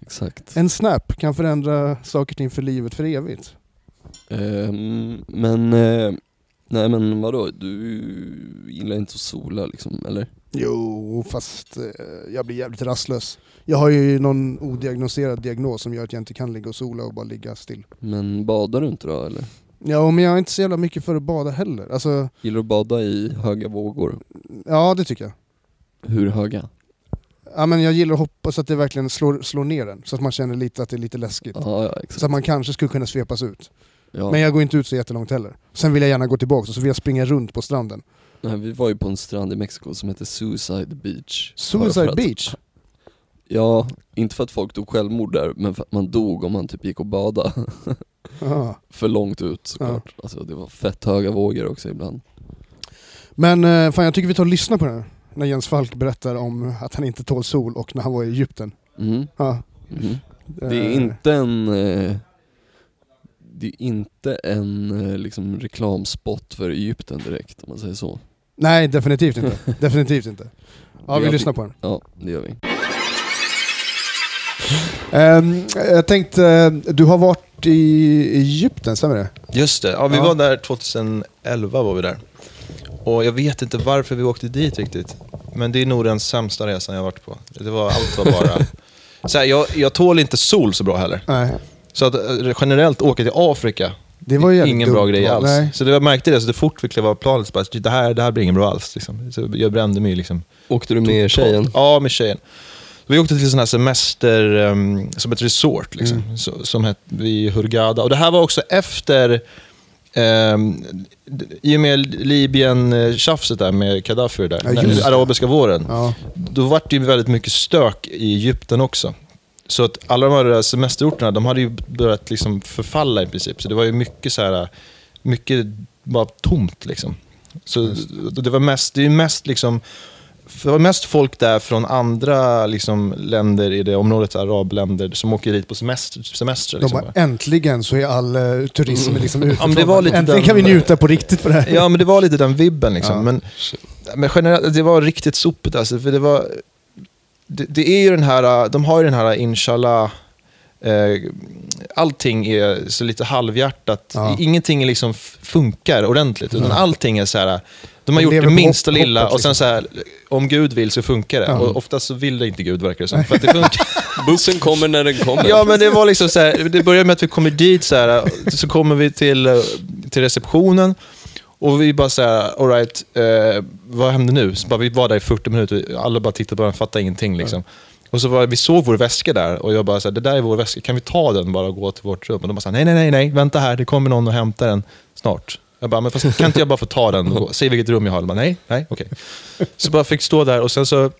Exakt. En snap kan förändra saker till för livet för evigt. Um, men, uh, nej men vadå, du gillar inte att sola liksom, eller? Jo, fast eh, jag blir jävligt rastlös. Jag har ju någon odiagnoserad diagnos som gör att jag inte kan ligga och sola och bara ligga still. Men badar du inte då, eller? Ja, men jag är inte så jävla mycket för att bada heller. Alltså, Gillar du att bada i höga vågor? ja, det tycker jag. Hur höga? Ja, men jag gillar att hoppas så att det verkligen slår, slår ner den. Så att man känner lite att det är lite läskigt. Ja, ja, exakt. Så att man kanske skulle kunna svepas ut. Ja. Men jag går inte ut så jättelångt heller. Sen vill jag gärna gå tillbaka och så vill jag springa runt på stranden. Nej, vi var ju på en strand i Mexiko som heter Suicide Beach. Bara Suicide för att- Beach? Ja, inte för att folk tog självmord där, men för att man dog om man typ gick och bada Aha. för långt ut såklart. Alltså det var fett höga vågor också ibland. Men eh, fan, jag tycker vi tar och lyssnar på det här. När Jens Falk berättar om att han inte tål sol och när han var i Egypten. Mm. Ja. Mm. Det är Eh, inte en eh, det är inte en eh, liksom reklamspot för Egypten direkt, om man säger så. Nej, definitivt inte. Definitivt inte. Ja, vi Jag- lyssnar på den. Ja, det gör vi. Um, jag tänkte, eh, du har varit i Egypten, stämmer det? Just det, ja, vi Ja. var där tjugoelva var vi där. Och jag vet inte varför vi åkte dit riktigt. Men det är nog den sämsta resan jag har varit på. Det var, allt var bara... Så här, jag, jag tål inte sol så bra heller. Nej. Så att eh, generellt åka till Afrika, Det var ju jävligt ingen bra dumt grej val. alls. Nej. Så det var, märkte det, så det fort vi klev av planet så bara, det här, det här blir ingen bra alls. Liksom. Så jag brände mig liksom. Åkte du med tjejen? Ja, med tjejen. Vi åkte till sån här semester, um, som ett resort liksom, Mm. så, som hette vid Hurghada. Och det här var också efter, um, i och med Libyen-tjafset där med Gaddafi där, Ja, den just det. arabiska våren. Ja. Då var det ju väldigt mycket stök i Egypten också. Så att alla de här semesterorterna, de hade ju börjat liksom förfalla i princip. Så det var ju mycket så här, mycket bara tomt liksom. Så det var mest, det är ju mest liksom, det var mest folk där från andra liksom länder i det området, arabländer, som åker dit på semester, semester De liksom. bara, äntligen så är all uh, turism liksom ute. Ja, men det var lite äntligen den- kan vi njuta på riktigt för det här. Ja, men det var lite den vibben liksom. Ja. Men, men generellt, det var riktigt sopigt alltså, för det var... Det, det är ju den här, de har ju den här inshallah, eh, allting är så lite halvhjärtat. Ja. Ingenting är liksom f- funkar ordentligt, utan allting är så här. De har De gjort lever det på minsta hopp- lilla hoppet, och sen liksom. så här, om Gud vill så funkar det. Ja. Och oftast så vill det inte Gud, verkar det som. För att det funkar. Bussen kommer när den kommer. Ja, men det var liksom så här, det börjar med att vi kommer dit så här, så kommer vi till, eh, till receptionen och vi bara så här, all right, eh, vad hände nu? Så bara, vi var där i fyrtio minuter, alla bara tittade på den, fattade ingenting liksom. Och så var, vi såg vår väska där och jag bara så här, det där är vår väska, kan vi ta den bara och gå till vårt rum? Och de bara så här, nej, nej, nej, nej, vänta här, det kommer någon och hämtar den snart. Jag bara, men fast kan inte jag bara få ta den och gå? Säg vilket rum jag har. Jag bara, nej, nej, okej. Så bara fick stå där och sen så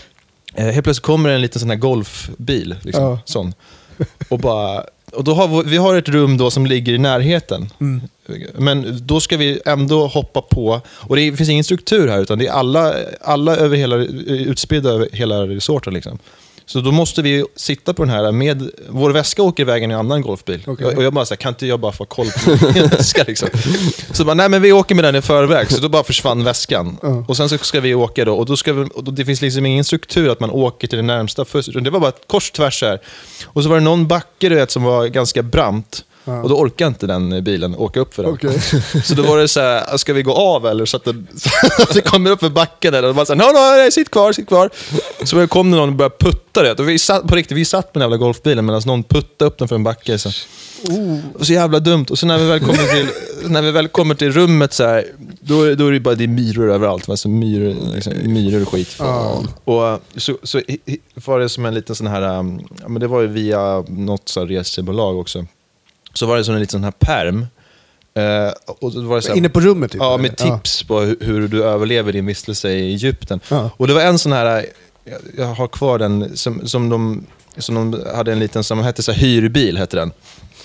eh, helt plötsligt kommer en liten sån här golfbil, liksom, Ja. sån. Och bara, och då har vi, vi har ett rum då som ligger i närheten. Mm. Men då ska vi ändå hoppa på, och det finns ingen struktur här, utan det är alla, alla över hela, utspridda över hela resorten liksom. Så då måste vi sitta på den här med, vår väska åker iväg i en annan golfbil. Okej. Och jag bara så här, kan inte jag bara få koll på min väska liksom? Så bara, nej men vi åker med den i förväg. Så då bara försvann väskan. Ja. Och sen så ska vi åka då, och då ska vi, och då, det finns liksom ingen struktur att man åker till det närmsta först. Det var bara ett kors tvärs här. Och så var det någon backe du vet, som var ganska brant. Ja. Och då orkade inte den bilen åka upp för den. Okej. Så då var det så här, ska vi gå av eller? Så att det, så att det kommer upp för backen där. Och de bara så här, no, no, nej, sitt kvar, sitt kvar. Så kom det någon och började putta det. Och vi satt, på riktigt, vi satt på den jävla golfbilen medan någon puttade upp den för en backe. Så. Oh. Och så jävla dumt. Och så när vi väl kommer till, när vi väl kommer till rummet så här, då, då är det bara det är myror överallt. Alltså myror, liksom, myror och skit. Ja. Och så, så var det som en liten sån här, um, ja, men det var ju via något så här resebolag också. Så var det som en liten sån här perm. Uh, och då var det så här, Inne på rummet typ? ja, eller? med tips på hur, hur du överlever din vistelse i Egypten. Ja. Och det var en sån här, jag, jag har kvar den, som, som, de, som de hade en liten, som hette så här, hyrbil hette den.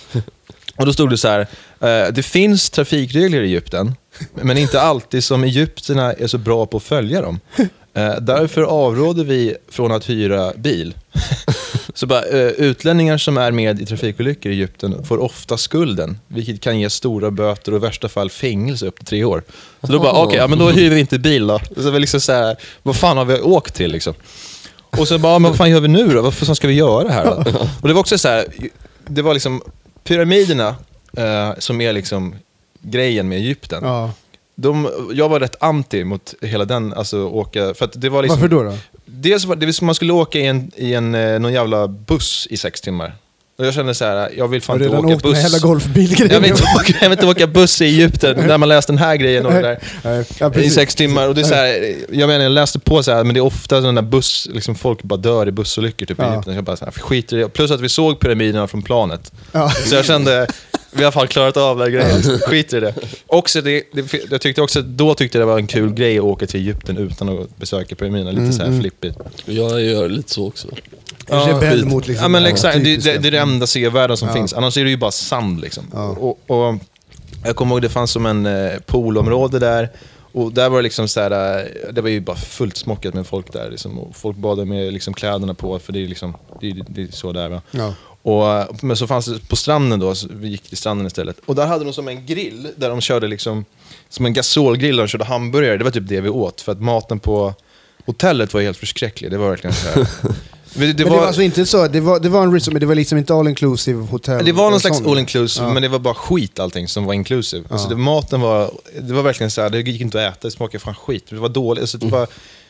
Och då stod det så här, eh, det finns trafikregler i Egypten, men inte alltid som egyptierna är så bra på att följa dem. Eh, därför avråder vi från att hyra bil. Så bara, eh, utlänningar som är med i trafikolyckor i Egypten får ofta skulden, vilket kan ge stora böter och i värsta fall fängelse upp till tre år. Så då bara, okej, okay, ja, men då hyr vi inte bil då. Så det var liksom så här, vad fan har vi åkt till liksom? Och så bara, men vad fan gör vi nu då? Vad fan ska vi göra här då? Och det var också så här, det var liksom pyramiderna eh, som är liksom grejen med Egypten. Ja. De, jag var rätt anti mot hela den, alltså åka, för att det var liksom... Varför då då? Dels var det var som man skulle åka i en, i en eh, någon jävla buss i sex timmar. Och jag kände så här, jag vill fan Har inte redan åka åkt med buss. hela golfbilgrejen? Jag vill, inte åka, jag vill inte åka buss i Egypten när man läste den här grejen och det där. Nej, ja, I precis. sex timmar. Och det är så här, jag menar, jag läste på så här, men det är ofta sådana där buss, liksom folk bara dör i bussolyckor typ i Ja. Egypten. Jag bara så här, skiter i det. Plus att vi såg pyramiderna från planet. Ja. Så jag kände, vi har i alla fall klarat av den här grejen. Skiter i det. Också det, det, jag tyckte också, då tyckte jag det var en kul grej att åka till Egypten utan att besöka pyramiderna. Lite Mm, så här mm. flippigt. Jag gör lite så också. Ja, Rebell skit. mot liksom... Ja men det exakt, det, typiska. det, det är det enda sevärda som Ja. finns. Annars är det ju bara sand liksom. Ja. Och, och jag kommer ihåg det fanns som en eh, poolområde där. Och där var det liksom så här, eh, det var ju bara fullt smockat med folk där liksom, och folk badade med liksom kläderna på, för det är liksom, det, är- det är så där va. Ja. Och, men så fanns det på stranden då, så vi gick till stranden istället. Och där hade de som en grill, där de körde liksom, som en gasolgrill, där de körde hamburgare. Det var typ det vi åt, för att maten på hotellet var helt förskräcklig. Det var verkligen så här. Det, det, Men det var alltså inte så, det var, det var en resort, men det var liksom inte all inclusive hotell. det var någon en slags sån. all inclusive, Ja. men det var bara skit allting som var inclusive. Ja. Alltså det, maten var, det var verkligen så här, det gick inte att äta, det smakade fan skit. Det var dåligt, alltså det var...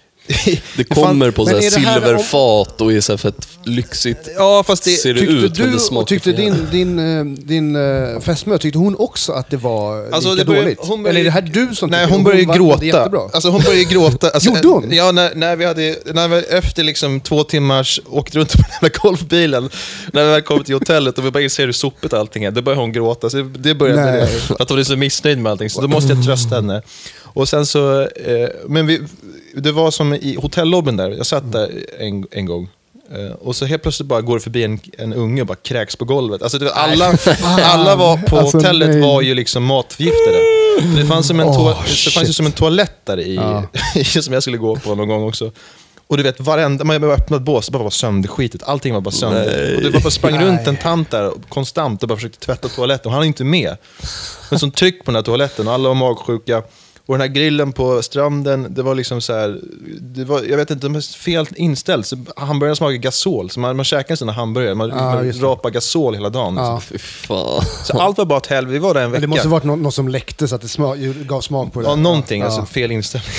Det kommer på så men här är det här om- silverfat och är så här fett lyxigt. Ja, fast det... Ser det Tyckte ut, men du det och smakar tyckte för jävla. din, din, eh, din uh, fästmö, tyckte hon också att det var Alltså, lika det började- dåligt? hon började- Eller är det här du som Nej, tycker hon det? började var- var gråta. jättebra. Alltså hon började gråta. Alltså, Gjorde hon? Ja, när, när vi hade, när vi efter liksom två timmars åkte runt på den här golfbilen, när vi väl kom till hotellet och vi bara ser hur sopigt allting är, då började hon gråta. Så det började med Nej. det, att hon är så missnöjd med allting. Så då måste jag trösta henne. Och sen så, eh, men vi, det var som i hotellobbyn där, jag satt där en, en gång. Eh, och så helt plötsligt bara går det förbi en, en unge och bara kräks på golvet. Alltså, det var alla, alla var på Alltså, hotellet nej. var ju liksom matförgiftade. Det fanns som en, Åh, toa- det fanns ju shit. som en toalett där i, Ja. som jag skulle gå på någon gång också. Och du vet, varenda, man bara öppnade ett bås, det bara var sönderskitet. Allting var bara sönder. Nej. Och det var bara sprang Nej. runt en tant där konstant och bara försökte tvätta toaletten. Och han är inte med. Men som tryck på den här toaletten och alla var magsjuka. Och den här grillen på stranden, det var liksom så här, det var, jag vet inte, de var fel inställd. Så hamburgaren smakade gasol. Så man, man käkade en sån här hamburgare, man, Ja, man just det. rapade gasol hela dagen. Ja. Fy fan. Så allt var bara ett helvete. Vi var där en Men vecka. det måste ha varit något, något som läckte så att det sma, gav smak på det. Ja, någonting, Ja. alltså fel inställning.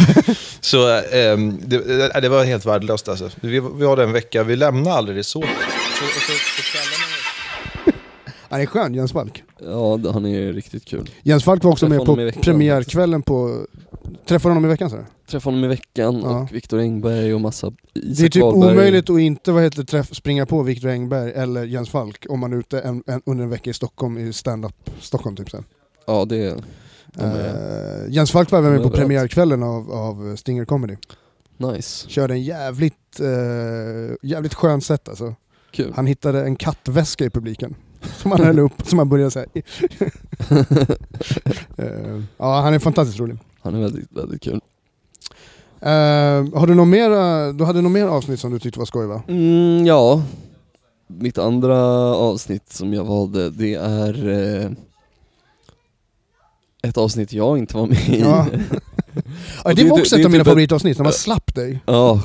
Så ehm, det, det var helt värdelöst alltså. Vi, vi var där en vecka, vi lämnade aldrig resorten. Så, och så, på kvällarna- Han är skön, Jens Falk. Ja, han är riktigt kul. Jens Falk var också Träffade med på honom i veckan. premiärkvällen på... Träffade honom i veckan, så det? Träffade honom i veckan Ja. och Viktor Engberg och massa Isak Det är typ Wahlberg. omöjligt att inte vad heter, träff, springa på Viktor Engberg eller Jens Falk om man är ute en, en, under en vecka i Stockholm i stand-up Stockholm typ sen. Ja, det de är Uh, Jens Falk var även med de är på överallt. premiärkvällen av, av Stinger Comedy. nice. Körde en jävligt, uh, jävligt skön sätt alltså. Kul. Han hittade en kattväska i publiken som han höll upp, som han började säga. uh, ja, han är fantastiskt rolig. Han är väldigt, väldigt kul. Uh, har du någon mera, du hade någon mer avsnitt som du tyckte var skoj va? Mm, ja. Mitt andra avsnitt som jag valde, det är eh, ett avsnitt jag inte var med i. Ja. Ja, det det- var också det- ett det av är mina typ favoritavsnitt, när man slapp dig. Ja.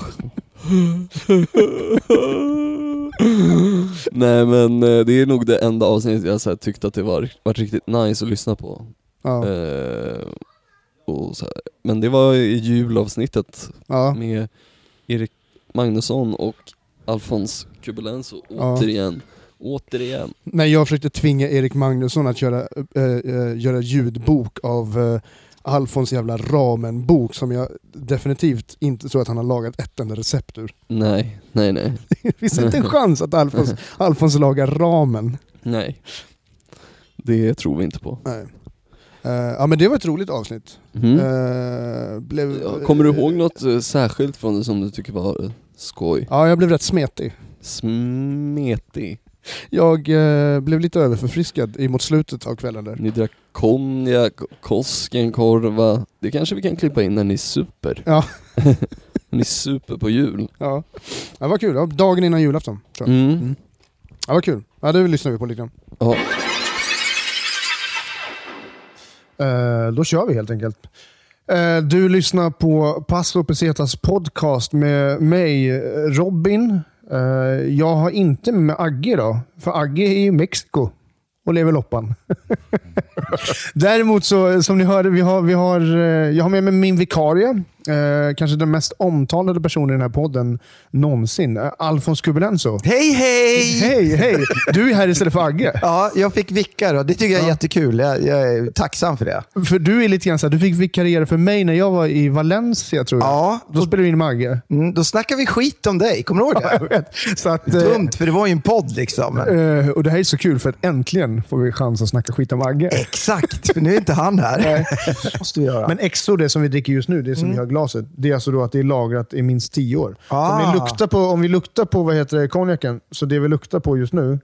Nej men eh, det är nog det enda avsnittet jag så här, tyckte att det var, var riktigt nice att lyssna på. Ja. Eh, och så här. Men det var i julavsnittet Ja. med Erik Magnusson och Alfons Kubelenso. Ja. Återigen. Återigen. När jag försökte tvinga Erik Magnusson att göra, äh, äh, göra ljudbok av äh, Alfons jävla ramenbok som jag definitivt inte tror att han har lagat ett enda recept ur. Nej, nej, nej. Det finns inte en chans att Alfons, Alfons lagar ramen. Nej. Det tror vi inte på. Nej. Uh, ja men det var ett roligt avsnitt. Mm. Uh, blev, Ja, kommer du ihåg något eh, särskilt från det som du tycker var eh, skoj? Ja, jag blev rätt smetig. Smetig. Jag uh, blev lite överförfriskad mot slutet av kvällen där. Ni drack konjak, Koskenkorva. Det kanske vi kan klippa in när ni super. Ja. När ni super på jul. Ja, det var kul. Ja, dagen innan julafton tror jag. Mm. Mm. Ja, vad kul. Ja, det lyssnar vi på lite grann. Ja. Uh, då kör vi helt enkelt. Eh, Du lyssnar på Paso Pesetas podcast med mig, Robin. Eh, Jag har inte med Agge då, för Agge är i Mexiko och lever loppan. Däremot så, som ni hörde, vi har, vi har, eh, jag har med mig min vikarie. Eh, kanske den mest omtalade personen i den här podden någonsin. Eh, Alfons Kubelenso. Hej, hej! Hej, hej! Du är här istället för Agge. Ja, jag fick vicka då. Det tycker jag är Ja. jättekul. Jag, jag är tacksam för det. För du är lite grann så här, du fick vikariera för mig när jag var i Valencia, tror jag. Ja. Då spelade du in med Agge. Mm, då snackar vi skit om dig. Kommer du ihåg Jag det? vet. Så att, eh, Dumt, för det var ju en podd liksom. Men... eh, och det här är så kul för att äntligen får vi chans att snacka skit om Agge. Exakt, för nu är inte han här. måste vi göra. Men extra det som vi dricker just nu, det som vi har i glaset, det är alltså då att det är lagrat i minst tio år. Så Ah. om vi luktar på, om vi luktar på vad heter det, konjaken, så det vi luktar på just nu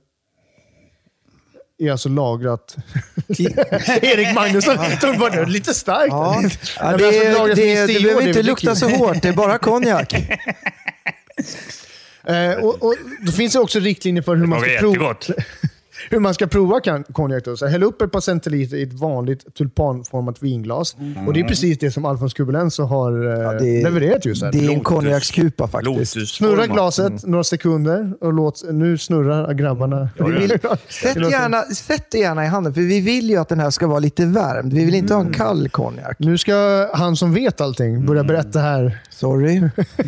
är alltså lagrat... Erik Magnusson tog bara det lite starkt. Ja. Nej, Ja, men det, alltså det, lagrat i det, minst det tio behöver år, det inte vi lukta så dricker. hårt, det är bara konjak. Eh, och, och då finns det också riktlinjer för hur man ska prova, hur man ska prova kan- konjak. Då. Så häll upp ett par centiliter i ett vanligt tulpanformat vinglas. Och det är precis det som Alfons Kubelenso har eh, Ja, det är- levererat just här. Det är en konjakskupa faktiskt. Snurra glaset några sekunder och låt, nu snurrar grabbarna. Vi vill, sätt, gärna, sätt det gärna i handen, för vi vill ju att den här ska vara lite värmd. Vi vill inte ha en kall konjak. Nu ska han som vet allting börja berätta här. Sorry.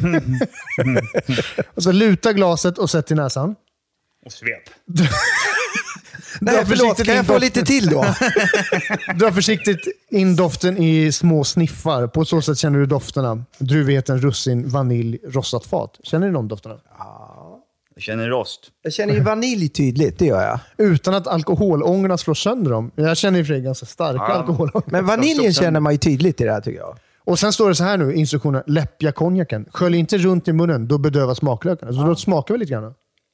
Och så luta glaset och sätt i näsan. Och svep. Nej, Dra förlåt, försiktigt kan in jag få doften. lite till då? Dra försiktigt in doften i små sniffar. På så sätt känner du dofterna. Druvveten, russin, vanilj, rostat fat. Känner du de dofterna? Jag känner rost. Jag känner ju vanilj tydligt, det gör jag. Utan att alkoholångorna slår sönder dem. Jag känner i och för sig ganska starka Ja. alkoholångor. Men vaniljen känner man ju tydligt i det här tycker jag. Och sen står det så här nu, instruktionen. Läppja konjaken. Skölj inte runt i munnen, då bedövas smaklökarna. Så då smakar vi lite grann.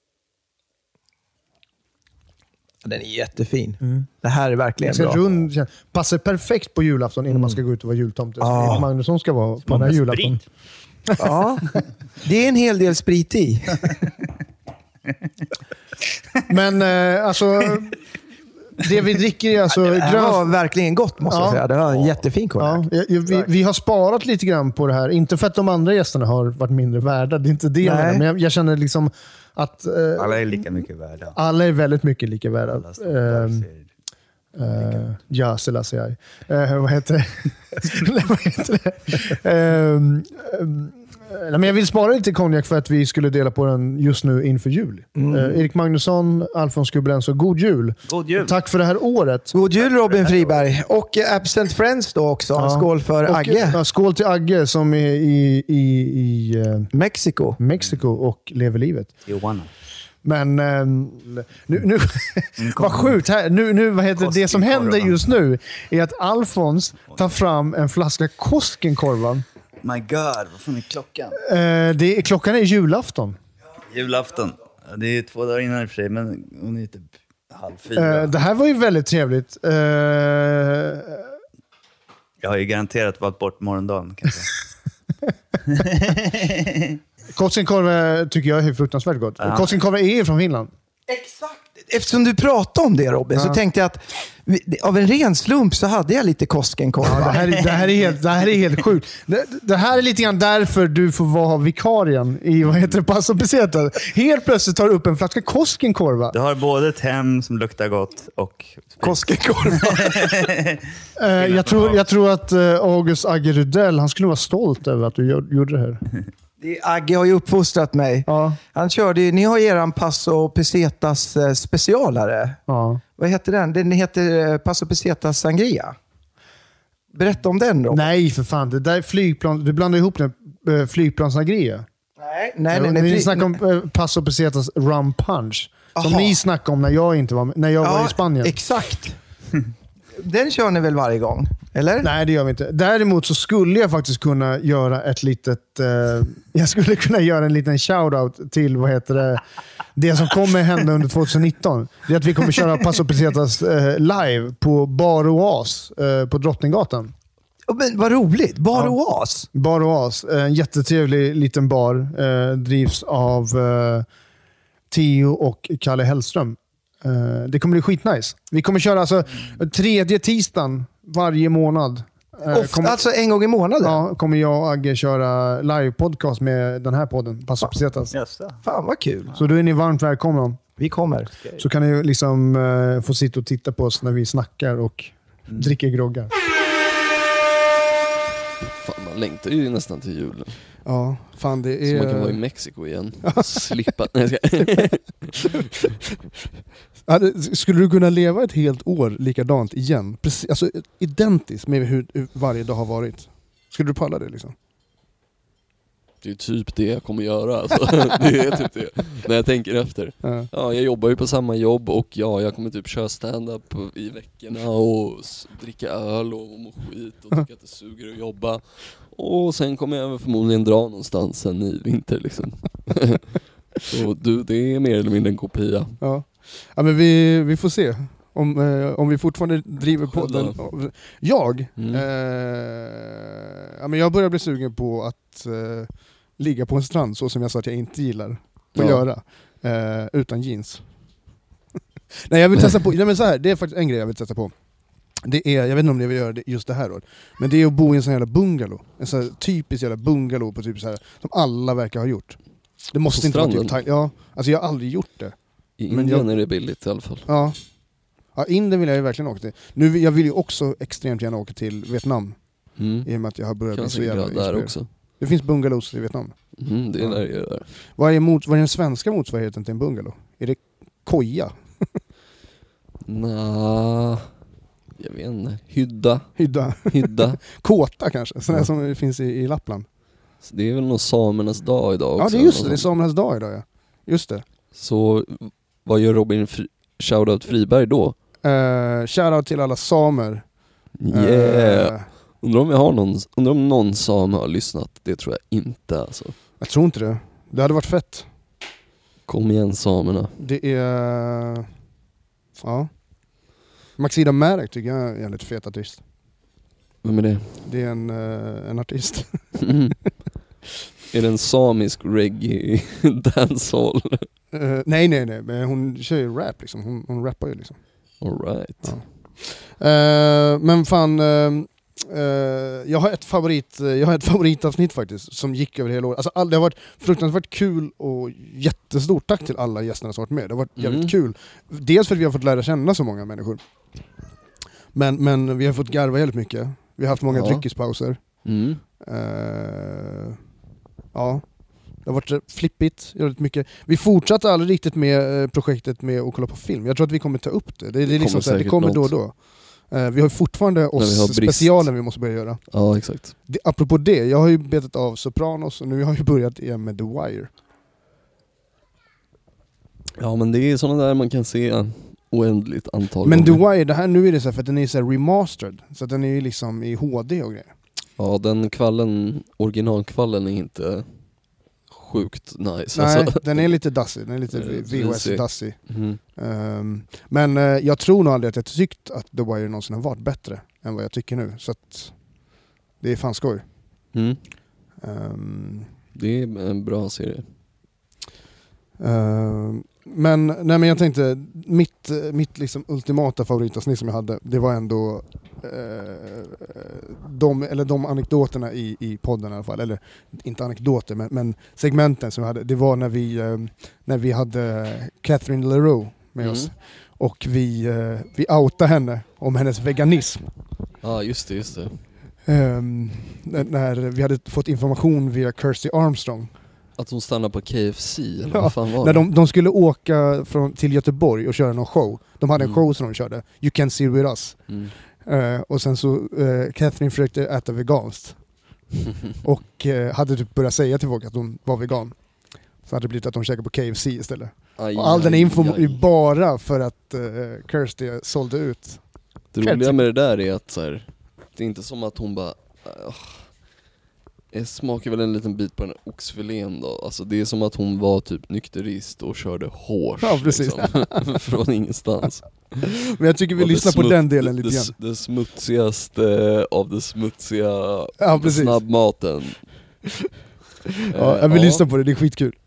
Den är jättefin. Det här är verkligen Ganska bra. rund, passar perfekt på julafton innan man ska gå ut och vara jultomte. Ah. Erik Magnusson ska vara på den här julafton. Ja, det är en hel del sprit i. Men eh, alltså, det vi dricker är alltså Det här var grön... verkligen gott måste jag Ja. säga. Det var en jättefin konjak. Ja, jag- vi, vi har sparat lite grann på det här. Inte för att de andra gästerna har varit mindre värda. Det är inte det jag Nej. menar. Men jag, jag känner liksom att eh, Alla är lika mycket värda. alla är väldigt mycket lika värda. Alla stoppar Ehm, sig. Uh, ja, Selassie. Uh, vad heter det? vad heter det? Um, um, nej, men jag vill spara lite konjak för att vi skulle dela på den just nu inför jul. Uh, Erik Magnusson, Alfons Kubelenso, god jul. God jul. Tack för det här året. God jul Robin Friberg. Och eh, Absent Friends då också. Ja. Skål för Och, Agge. ja, skål till Agge som är i, i, i uh, Mexiko. Mexiko och lever livet. Tijuana. Men ehm, nu, nu vad sjukt. Här, nu, nu, vad heter det? Det som händer just nu är att Alfons tar fram en flaska Koskenkorva. My God, vad fan är klockan? Eh, det är, klockan är julafton. Julafton. Ja, det är två dagar innan i och för sig, men hon är typ halv fyra. Eh, det här var ju väldigt trevligt. Eh, Jag har ju garanterat valt bort morgondagen kanske. Koskenkorva tycker jag är fruktansvärt gott. Ja. Koskenkorva är ju från Finland. Exakt. Eftersom du pratade om det Robin, så Ja. tänkte jag att vi, av en ren slump så hade jag lite Koskenkorva. Ja, det, här, är- det, här är helt, det här är helt sjukt. Det, det här är lite grann därför du får vara vikarien i vad heter det, Paso Peseta. Helt plötsligt tar du upp en flaska Koskenkorva. Du har både ett hem som luktar gott och Koskenkorva. Eh, jag, tror, jag tror att eh, August Agge Rudell, han skulle vara stolt över att du gör, gjorde det här. Det, Agge har ju uppfostrat mig. Ja, Han körde ju, ni har ju eran Paso Pesetas eh, specialare. ja. Vad heter den? Den heter eh, Paso Pesetas Sangria. Berätta om den då. Nej, för fan. Det där är flygplan. Du blandar ihop den uh, flygplansagria. nej, nej. nej, nej Vi fly- snackar om uh, Paso Pesetas rum punch. Som Aha. ni snackade om när jag inte var med, när jag var i Spanien. Exakt. Den kör ni väl varje gång? Eller? Nej, det gör vi inte. Däremot så skulle jag faktiskt kunna göra ett litet... eh, jag skulle kunna göra en liten shoutout till vad heter det, det som kommer hända under tjugonitton. Det är att vi kommer köra Paso Pesetas eh, live på Bar Oas eh, på Drottninggatan. Oh, men vad roligt. Bar Ja. Oas. Bar Oas, en jättetrevlig liten bar. Eh, drivs av eh, Theo och Kalle Hellström. Eh, det kommer bli skitnice. Vi kommer köra alltså tredje tisdagen varje månad Eh, Ofta, kommer- alltså en gång i månaden? Ja, kommer jag och Agge köra live-podcast med den här podden, Passo Pesetas. Yes. Fan vad kul. Så då är ni varmt välkomna. Vi kommer. Så kan ni liksom eh, få sitta och titta på oss när vi snackar och dricker groggar. Fan, man längtar ju nästan till julen. Ja, fan det Så är... man kan vara i Mexiko igen. Slippa. Nej, jag ska... Ja, det- skulle du kunna leva ett helt år likadant igen? Precis, alltså identiskt med hur, hur varje dag har varit. Skulle du palla det liksom? Det är typ det jag kommer göra. Alltså. Det är typ det. När jag tänker efter. Ja. Ja, jag jobbar ju på samma jobb och ja, jag kommer typ köra stand-up i veckorna och s- dricka öl och må skit och tycka att det suger att jobba. Och sen kommer jag väl förmodligen dra någonstans sen i vinter liksom. Så du, det är mer eller mindre en kopia. Ja, ja men vi, vi får se. Om, eh, om vi fortfarande driver Själv podden. Jag? Mm. Eh, ja, men jag börjar bli sugen på att eh, ligga på en strand så som jag sa att jag inte gillar att Ja. göra. Eh, utan jeans. Nej, jag vill testa på, nej, men så här, det är faktiskt en grej jag vill testa på. Det är, jag vet inte om jag vill göra det just det här året, men det är att bo i en sån jävla bungalow. En sån här typisk jävla bungalow på typ så här, som alla verkar ha gjort. Det måste På inte vara typ stranden? Thailand. Ja, alltså jag har aldrig gjort det. I Men Indien jag- är det billigt i alla fall. Ja. Ja, Indien vill jag ju verkligen åka till. Nu, vill- jag vill ju också extremt gärna åka till Vietnam. Mm. I och med att jag har börjat Kan bli så säkert jävla göra där inspirerad. också. Det finns bungalows i Vietnam. Mm, det är Ja. där det är där. Vad är, mot, vad är den svenska motsvarigheten till en bungalow? Är det koja? Nja, jag vet inte. Hydda. Hydda? Hydda. Kåta kanske? Sådana Ja. som finns i, i Lappland. Så det är väl nog samernas dag idag också. Ja, det är just det. eller Det är något sånt. samernas dag idag, ja. Just det. Så vad gör Robin Fri- Shoutout Friberg då? Uh, shoutout till alla samer. Yeah! Eh, Undrar om, jag har någon, undrar om någon same har lyssnat. Det tror jag inte alltså. jag tror inte det. Det hade varit fett. Kom igen samerna. Det är... Ja. Maxida Märek tycker jag är en jävligt fet artist. Vem är det? Det är en, eh, en artist. Mm. Är det en samisk reggae dancehall? Eh, nej, nej, nej. Men hon kör ju rap liksom. Hon, hon rappar ju liksom. All right. Ja. Eh, men fan... eh, eh, jag har ett favorit jag har ett favoritavsnitt faktiskt som gick över hela året. Alltså, all, det har varit fruktansvärt kul och jättestort tack till alla gästerna som varit med. Det har varit jävligt Mm. kul. Dels för att vi har fått lära känna så många människor. Men, men vi har fått garva jävligt mycket. Vi har haft många Ja. dryckespauser. Mm. Eh, ja, det har varit flippigt, jävligt mycket. Vi fortsatte aldrig riktigt med eh, projektet med att kolla på film. Jag tror att vi kommer ta upp det. Det, det, är Det liksom kommer så här, det säkert kommer då och något. då. Eh, vi har fortfarande vi har oss brist. specialen vi måste börja göra. Ja, exakt. Det, apropå det, jag har ju betat av Sopranos och nu har jag ju börjat igen med The Wire. Ja, men det är sådana där man kan se oändligt antal Men The gånger. Wire, det här nu är det så här, för att den är så här remastered. Så att den är ju liksom i H D och grejer. Ja, den kvallen, originalkvallen är inte sjukt nice. Nej, alltså. den är lite dassig. Den är lite Eh, V H risig. S-dassig. Mm. Um, men uh, jag tror nog aldrig att jag tyckt att The Wire någonsin har varit bättre än vad jag tycker nu. Så att det är fan skoj. Mm. Um, Det är en bra serie. um, men, nej, men jag tänkte, mitt, mitt liksom ultimata favoritavsnitt som jag hade, det var ändå uh, de, eller de anekdoterna i, i podden i alla fall. Eller inte anekdoter, men, men segmenten som vi hade. Det var när vi, um, när vi hade Catherine Leroux med Mm. oss. Och vi, uh, vi outade henne om hennes veganism. Ja, just det, just det. Um, när, när vi hade fått information via Kirsty Armstrong. Att hon stannar på K F C, eller Ja, vad fan var När det? de, de skulle åka från, till Göteborg och köra någon show. De hade en Mm. show som de körde, You Can See With Us. Mm. Uh, och sen så, uh, Catherine försökte äta veganskt. Och uh, hade typ börjat säga till folk att hon var vegan. Så hade det blivit att de käkade på K F C istället. Aj, Och all den aj, infon aj. är bara för att uh, Kirsty sålde ut. Det roliga med det där är att så här, det är inte som att hon bara uh, jag smakar väl en liten bit på den här oxfilén då. Alltså det är som att hon var typ nykterist och körde hårs. Ja, precis. Liksom, från ingenstans. Men jag tycker vi Och det lyssnar på smuts- den delen lite det, grann. det, det smutsigaste av det smutsiga Ja, precis. snabbmaten. Ja, jag vill lyssna på det, det är skitkul.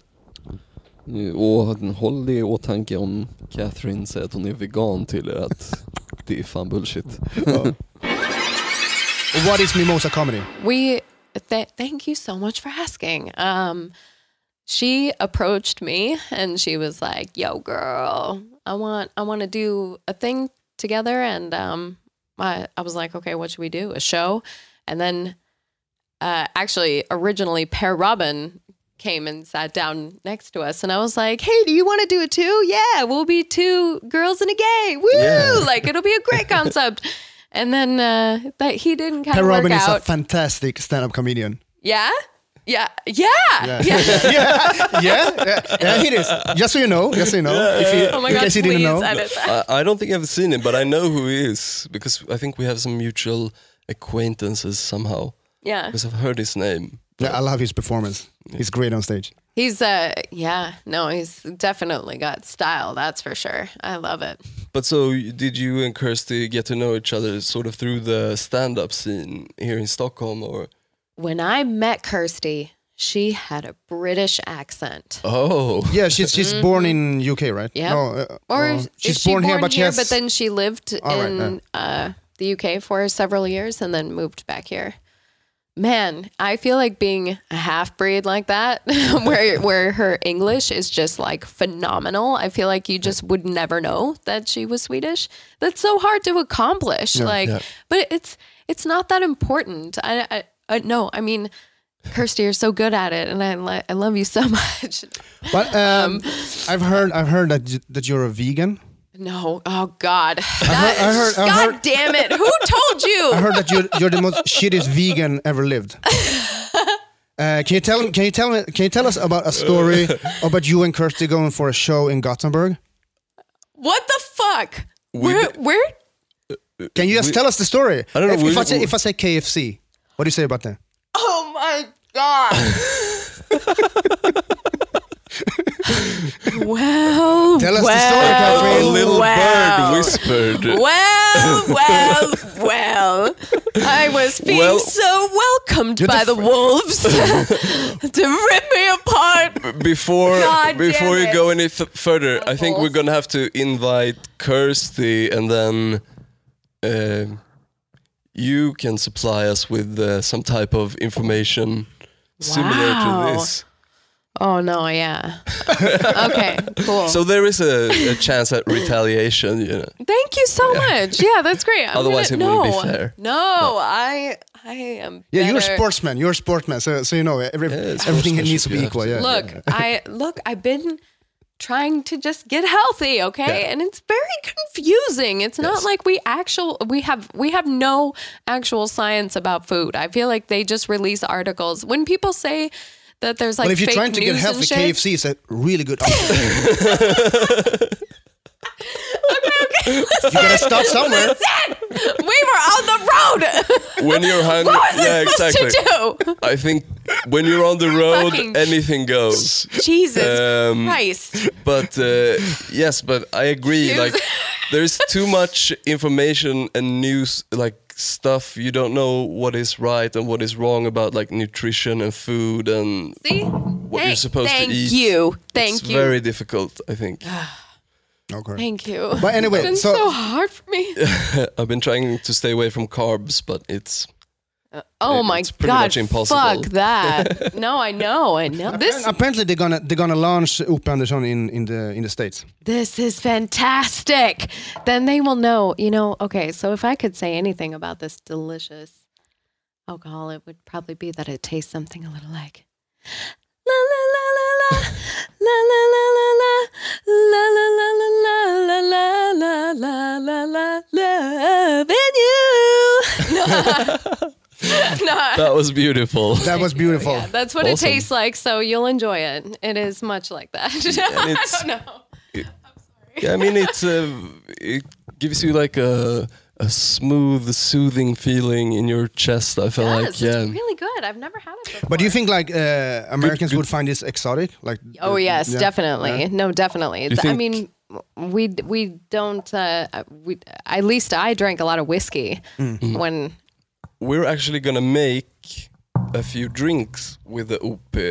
Och håll det i åtanke om Catherine säger att hon är vegan till er, att det är fan bullshit. Ja. What is Mimosa Comedy? We th- thank you so much for asking. Um, she approached me and she was like, "Yo, girl, I want I want to do a thing together." And um, I I was like, "Okay, what should we do? A show?" And then, uh, actually, originally, Per Robin came and sat down next to us, and I was like, "Hey, do you want to do it too? Yeah, we'll be two girls and a gay. Woo! Yeah. Like it'll be a great concept." And then uh, that he didn't kind Per of work Robin is out. a fantastic stand-up comedian. Yeah, yeah, yeah, Yeah. yeah. yeah, yeah, yeah, yeah, it is. Just so you know, just so you know. If you, Oh my in God, case you didn't please know. edit that. I, I don't think I've seen him, but I know who he is because I think we have some mutual acquaintances somehow. Yeah, Because I've heard his name. Yeah, I love his performance. He's great on stage. he's uh, yeah, no, he's definitely got style. That's for sure. I love it. But so, did you and Kirsty get to know each other sort of through the stand-up scene here in Stockholm, or? When I met Kirsty, she had a British accent. Oh, Yeah, she's she's born in U K, right? Yeah. No, uh, Or uh, is she's she born, here, but she has. but then she lived All right, in uh, the U K for several years and then moved back here. Man, I feel like being a half breed like that, where where her English is just like phenomenal. I feel like you just would never know that she was Swedish. That's so hard to accomplish. Yeah, like, yeah. but it's it's not that important. I, I, I no, I mean, Kirsty, you're so good at it, and I li- I love you so much. But um, I've heard I've heard that you, that you're a vegan. No, oh God, heard- I heard- I God heard- damn it! Who told you? I heard that you're you're the most shittiest vegan ever lived. Uh, can you tell can you tell me can you tell us about a story about you and Kirsty going for a show in Gothenburg? What the fuck? Where where? Can you just We- tell us the story? I don't know, If, we- if, I say, we- if I say K F C, what do you say about that? Oh my God! well, Tell us the well, story, Catherine. a little well. bird whispered. Well, well, well. I was being Well- so welcomed You're by the the wolves to rip me apart. Before God before damn you it. go any th- further, I think Assholes. we're gonna have to invite Kirsty, and then uh, you can supply us with uh, some type of information similar Wow. to this. Oh no, yeah. Okay, cool. So there is a, a chance at retaliation, you know. Thank you so much. Yeah, that's great. I'm Otherwise gonna, it wouldn't no, be fair. No, I I am. Yeah, you're a better. sportsman. You're a sportsman, so so you know every, Yeah, it's everything sportsmanship, needs to be you equal. have Yeah. Look, I look. I've been trying to just get healthy, okay? Yeah. And it's very confusing. It's not Yes. like we actual we have we have no actual science about food. I feel like they just release articles when people say that there's like Well, if you're fake trying to get news healthy, and shit. K F C is a really good option. You gotta start somewhere. Listen, we were on the road. When you're hungry, What was yeah, I supposed exactly. to do? I think when you're on the road, Fucking- anything goes. Jesus Um, Christ. But uh, yes, but I agree. Excuse- Like, there's too much information and news, like stuff you don't know what is right and what is wrong about, like nutrition and food and See? what Hey, you're supposed thank to eat. you. Thank it's you. very difficult, I think. Okay. Thank you. But anyway, it's been so- so, hard for me. I've been trying to stay away from carbs, but it's Oh It- my it's pretty God! much impossible. Fuck that. No, I know. I know. This Apparently, they're gonna they're gonna launch O P Andersson in in the in the States. this is fantastic. Then they will know. You know. Okay. So if I could say anything about this delicious alcohol, it would probably be that it tastes something a little like la la la la la la la la la la la la la la la la la la la loving you. No. No. that was beautiful. That was beautiful. Yeah, that's what Awesome. it tastes like, so you'll enjoy it. It is much like that. And it's- I don't know. Yeah, I mean it's uh, it gives you like a a smooth, soothing feeling in your chest. I feel Yes, like it's yeah. really good. I've never had it before. But do you think like uh, Americans good. would find this exotic? Like Oh uh, yes, yeah? definitely. Yeah. No, definitely. You I think- mean, we we don't. Uh, we at least I drank a lot of whiskey Mm. when. We're actually gonna make a few drinks with the O P.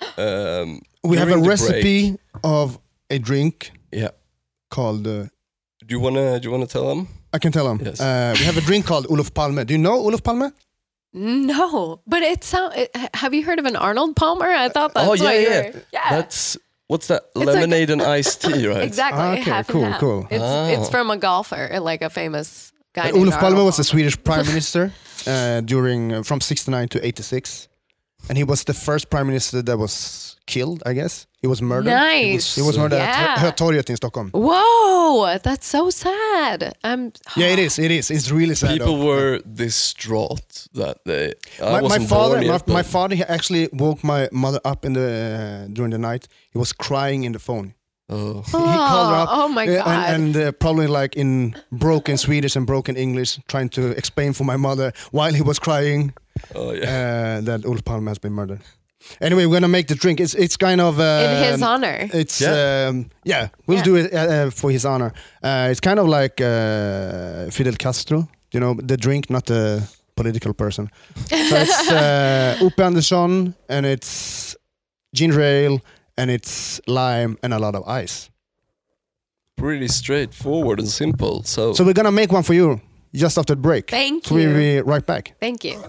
Um, We have a during the recipe break. of a drink Yeah. called uh, Do you wanna do you wanna tell them? I can tell them. Yes. Uh, we have a drink called Olof Palme. Do you know Olof Palme? No, but it sound. It, have you heard of an Arnold Palmer? I thought that's oh yeah, what you yeah. were. Yeah. That's what's that? It's Lemonade like, and iced tea, right? Exactly. Ah, okay, half cool, and half. cool. It's Ah. it's from a golfer, like a famous guy. Uh, named Olof Palme Arnold was the Palmer. Swedish prime minister uh, during uh, from sixty-nine to eighty-six, and he was the first prime minister that was killed. I guess he was murdered. He was, Nice. he was murdered Yeah. at Hötorget in Stockholm. Whoa, that's so sad. I'm. Yeah, it is. It is. It's really sad. People though. were distraught that day. I My, my wasn't father, born my, yet, my but- father he actually woke my mother up in the uh, during the night. He was crying in the phone. Oh. He called her up, Oh my uh, God. and, and uh, probably like in broken Swedish and broken English, trying to explain for my mother while he was crying Oh yeah. uh, that Olof Palme has been murdered. Anyway, we're gonna make the drink. It's it's kind of uh, In his honor. It's Yeah. yeah, um, yeah we'll Yeah. do it uh, uh, for his honor. Uh, it's kind of like uh, Fidel Castro, you know, the drink, not the political person. So it's uh, Uppe Andersson, and it's ginger ale, and it's lime, and a lot of ice. Pretty straightforward and simple. So, So we're gonna make one for you just after the break. Thank so we'll you. be right back. Thank you.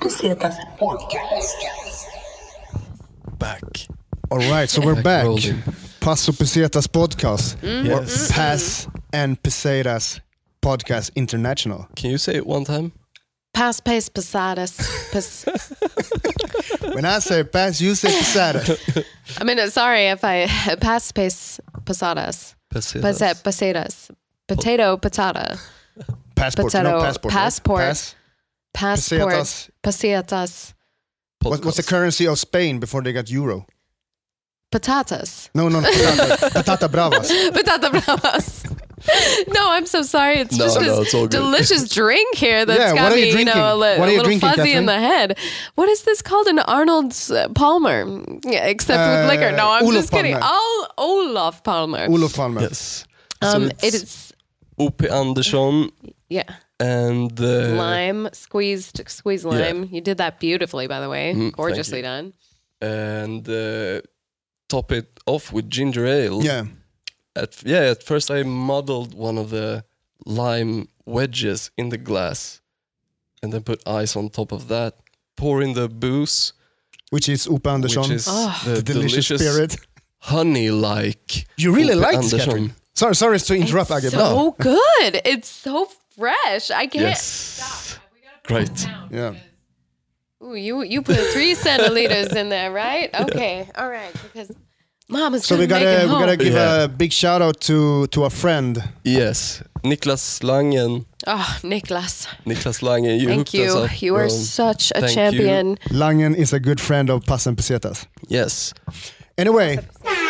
back. All right, so we're back. rolling. Passo Pesetas podcast. Mm-hmm. Or Yes. Pass and Pesetas podcast international. Can you say it one time? Pass, pace, pasadas. Pas- When I say pass, you say pesada. I mean, sorry if I pass, pace, pasadas. Pesetas. Pase- Pasadas. Potato, patata. Passport, Potato. no passport. right? Passport. Pass. Passport. Pesetas. Pasetas. What, what's the Podcast. currency of Spain before they got euro? Patatas. No, no, no. Patata, patata bravas. Patata bravas. No, I'm so sorry. It's No, just no, this it's all good. delicious drink here that's Yeah, what got are you me, you know, drinking? a, li- What are a you little drinking, fuzzy in Catherine? the head. What is this called? An Arnold's uh, Palmer, yeah, except Uh, with liquor. No, I'm Olof just kidding. Palmer. All Olof Palmer. Olof Palme. Yes. Um, so it it's is O P Andersson yeah, and uh, lime squeezed, squeezed yeah. lime. You did that beautifully, by the way. Mm, thank Gorgeously you. done. and uh, top it off with ginger ale. Yeah. At yeah, at first I muddled one of the lime wedges in the glass, and then put ice on top of that. Pour in the booze, Which is Uppe Andersson. which is Oh. the, the delicious, delicious, spirit. honey-like. You really Uppe like this, Andersson. Catherine. Sorry, sorry to interrupt, It's Agge. so good. It's so fresh. I can't. Yes, great. Yeah. Ooh, you you put three centiliters in there, right? Okay, all right. Because Mama's So gonna we make gotta it we home. gotta give Yeah. a big shout out to to a friend. Yes, Niklas Langen. Oh, Niklas, Niklas Langen, you thank hooked you. us up. You are from- such a thank champion. Langen is a good friend of Pass and Pesetas. Yes. Anyway.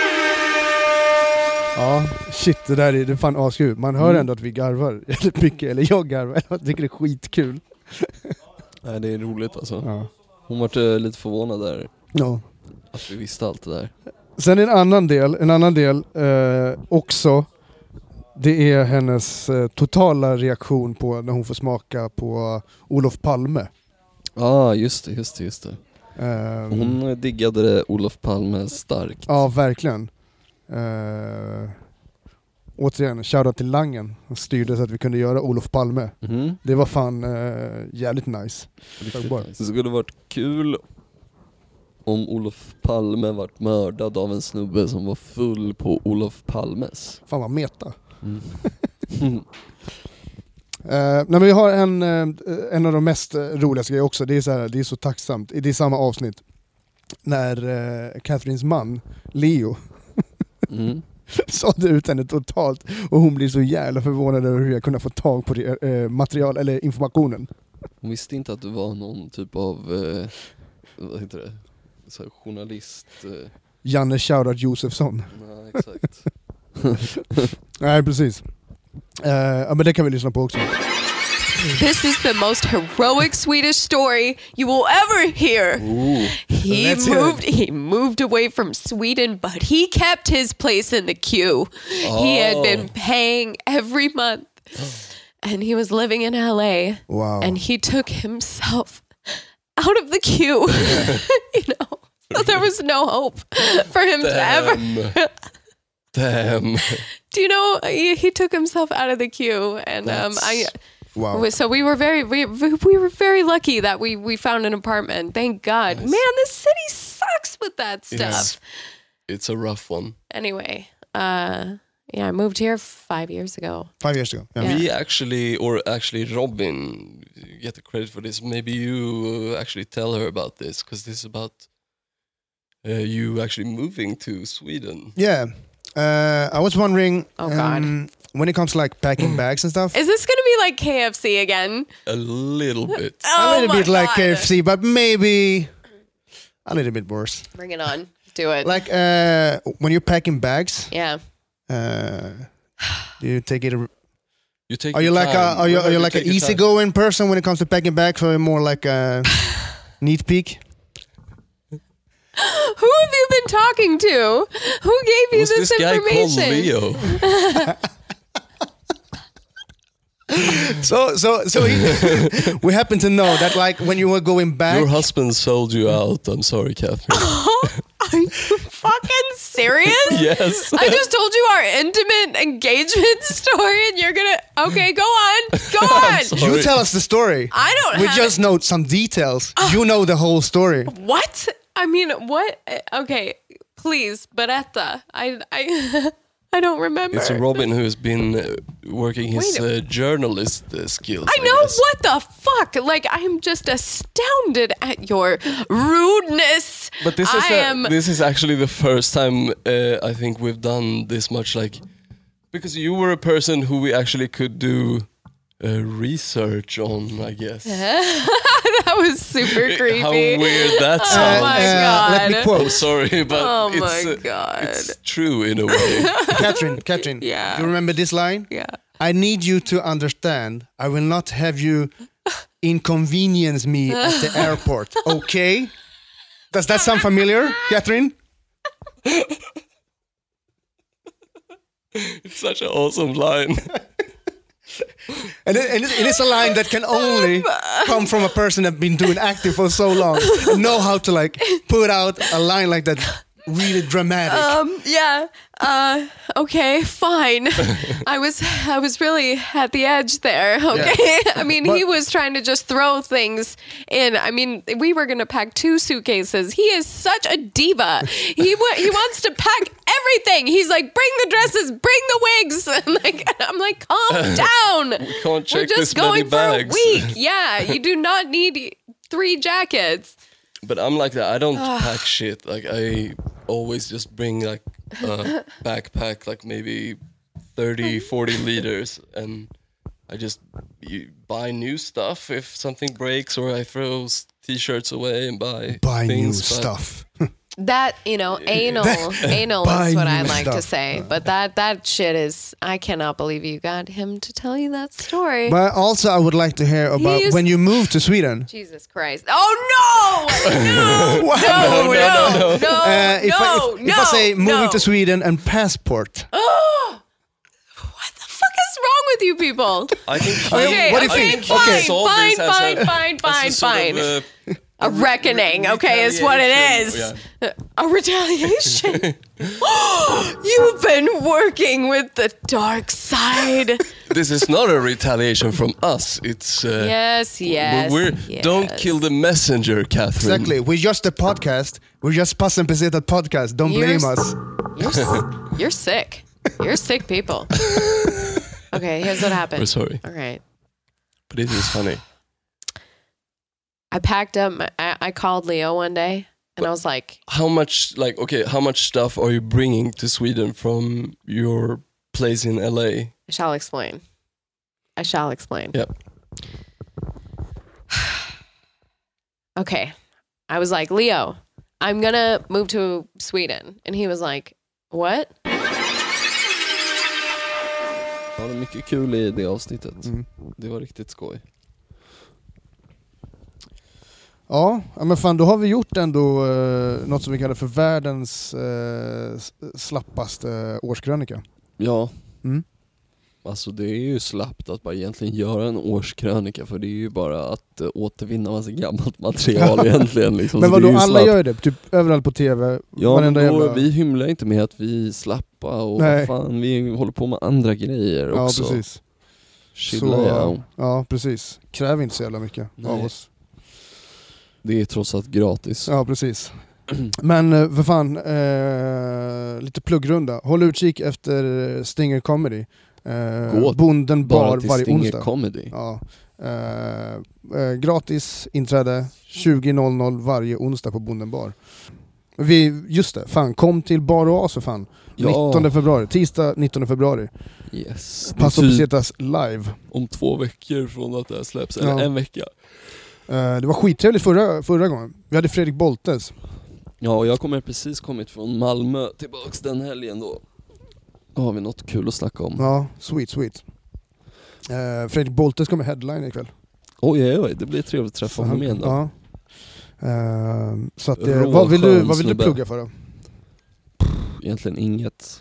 Ja, shit, det där är, det är fan askul. Man hör ändå att vi garvar väldigt mycket, eller jag garvar, jag tycker det är skitkul. Nej, det är roligt alltså. Ja. Hon var uh, lite förvånad där, Ja. att vi visste allt det där. Sen en annan del, en annan del eh, också, det är hennes eh, totala reaktion på när hon får smaka på Olof Palme. Ja, ah, just det, just det, just det. Eh, Hon diggade det Olof Palme starkt. Ja, verkligen. Uh, återigen, shoutout till Langen. Han styrde så att vi kunde göra Olof Palme. Mhm. Det var fan uh, jävligt nice. Riktigt Bara. nice. Det skulle varit kul om Olof Palme vart mördad av en snubbe som var full på Olof Palmes. Fan vad meta. Mm. Uh, nej, men vi har en, uh, en av de mest uh, roligaste grejer också. Det är, så här, det är så tacksamt. Det är samma avsnitt. När uh, Catherines man, Leo, Mm. sålde ut henne totalt. Och hon blir så jävla förvånad över hur jag kunde få tag på det, uh, material eller informationen. Hon visste inte att du var någon typ av eh, vad heter det? Så här, journalist. Eh. Janne shoutout Josefsson. Nej, exakt. Nej, precis. Uh, ja, men det kan vi lyssna på också. This is the most heroic Swedish story you will ever hear. Ooh. He Let's hear moved he moved away from Sweden, but he kept his place in the queue. He had been paying every month. And he was living in L A. Wow. And he took himself out of the queue. You know. So there was no hope for him to ever Damn. Do you know he, he took himself out of the queue, and um, I. Wow. So we were very we, we were very lucky that we, we found an apartment. Thank God. Nice. Man, this city sucks with that stuff. It's, it's a rough one. Anyway, uh, yeah, I moved here five years ago. Five years ago. Yeah. We actually, or actually Robin, you get the credit for this. Maybe you actually tell her about this, because this is about uh, you actually moving to Sweden. Yeah. Uh, I was wondering, oh, God. Um, when it comes to like packing bags and stuff. Is this going to be like K F C again? A little bit. Oh, a little bit God. like K F C, but maybe a little bit worse. Bring it on. Do it. Like uh, when you're packing bags. Yeah. Uh, do you take it? A, you take. Are you like time. a are you, are you you like an easygoing person when it comes to packing bags, or more like a neat peek? Who have you been talking to? Who gave you Was this, this information? Guy called Leo? so so so he, we happen to know that like when you were going back, your husband sold you out. I'm sorry, Catherine. Oh, are you fucking serious? Yes. I just told you our intimate engagement story, and you're gonna okay, go on, go on. You tell us the story. I don't. We have just it. know some details. You know the whole story. What? I mean, what? Okay, please, Beretta. I I I don't remember. It's Robin who has been uh, working his uh, journalist uh, skills. I I know, guess. what the fuck? Like, I'm just astounded at your rudeness. But this is I a, am. this is actually the first time uh, I think we've done this much, like, because you were a person who we actually could do uh, research on, I guess. That was super creepy. How weird that Oh sounds. my Uh, god. let me quote. I'm sorry, but Oh it's, my uh, God. it's true in a way. Catherine, Catherine, Yeah. do you remember this line? Yeah. I need you to understand, I will not have you inconvenience me at the airport, okay? Does that sound familiar, Catherine? It's such an awesome line. And it, and it, it is a line that can only come from a person that's been doing acting for so long and know how to like put out a line like that, really dramatic. Um. Yeah. Uh. Okay. Fine. I was. I was really at the edge there. Okay. I mean, But- he was trying to just throw things in. I mean, we were gonna pack two suitcases. He is such a diva. He wa- he wants to pack everything. He's like, bring the dresses, bring the wigs. And like, I'm like, calm down. We can't check We're just this many going for a bags. week. Yeah. You do not need three jackets. But I'm like that. I don't pack shit. Like, I always just bring like a backpack, like maybe thirty, forty liters, and I just you buy new stuff if something breaks, or I throw s- t-shirts away and buy Buy new things, but- stuff. That, you know, anal, anal Buy is what new I like to stuff. say. But that that shit is, I cannot believe you got him to tell you that story. But also I would like to hear about used- when you moved to Sweden. Jesus Christ. Oh, no! No! What? No, no, no, no, Uh, if, I, no, if, if I say no, moving no. to Sweden and passport. Oh! What the fuck is wrong with you people? I think. Okay, what do you okay, think? fine, Okay. solve fine, this as fine, a- fine, as a fine, sort of, fine. uh, A reckoning, okay, is what it is. Yeah. A retaliation. You've been working with the dark side. This is not a retaliation from us. It's uh, Yes, yes. We're, yes. Don't kill the messenger, Catherine. Exactly. We're just a podcast. We're just Pass and Peseta podcast. Don't You're blame s- us. You're, s- you're sick. You're sick people. Okay, here's what happened. We're sorry, All right. but it is funny. I packed up. My, I, I called Leo one day, and I was like, How much, like, okay, how much stuff are you bringing to Sweden from your place in L A? I shall explain. I shall explain. Yep. Okay. I was like, Leo, I'm going to move to Sweden. And he was like, what? Ja, det är mycket kul i det avsnittet. Mm. Det var riktigt skoj. Ja, ja, men fan då har vi gjort ändå eh, något som vi kallar för världens eh, s- slappaste årskrönika. Ja. Mm. Alltså det är ju slappt att bara egentligen göra en årskrönika, för det är ju bara att uh, återvinna massa gammalt material egentligen. Liksom. Men så vadå, det är ju alla slappt. gör det? Typ överallt på tv? Ja, men då, jävla... vi hymlar inte med att vi slappa och vad fan, vi håller på med andra grejer ja, också. Precis. Chilla, så, ja. ja, precis. Kräv inte så jävla mycket Nej. av oss. Det är trots allt gratis. Ja, precis. Men eh, för fan, eh, lite pluggrunda. Håll utkik efter Stinger Comedy. Eh, Gå Bonden bara bar till varje Stinger onsdag. Comedy. Ja. Eh, eh, gratis inträde tjugo noll noll varje onsdag på Bonden bar. Vi, just det, fan, kom till Bar Oas för fan. Ja. nittonde februari, tisdag nittonde februari. Yes. Passo Pesetas live. Om två veckor från att det här släpps, eller Ja. en vecka. Eh, det var skittrevligt förra, förra gången. Vi hade Fredrik Boltes. Ja, och jag kommer precis kommit från Malmö tillbaks den helgen då. Då har vi något kul att snacka om. Ja, sweet, sweet. Eh, Fredrik Boltes kommer headline ikväll. Oj, oj, oj, det blir trevligt att träffa honom igen då. Ja. Eh, så att, eh, Rå, vad vill, du, skön vad vill du snubbe. plugga för då? Egentligen inget.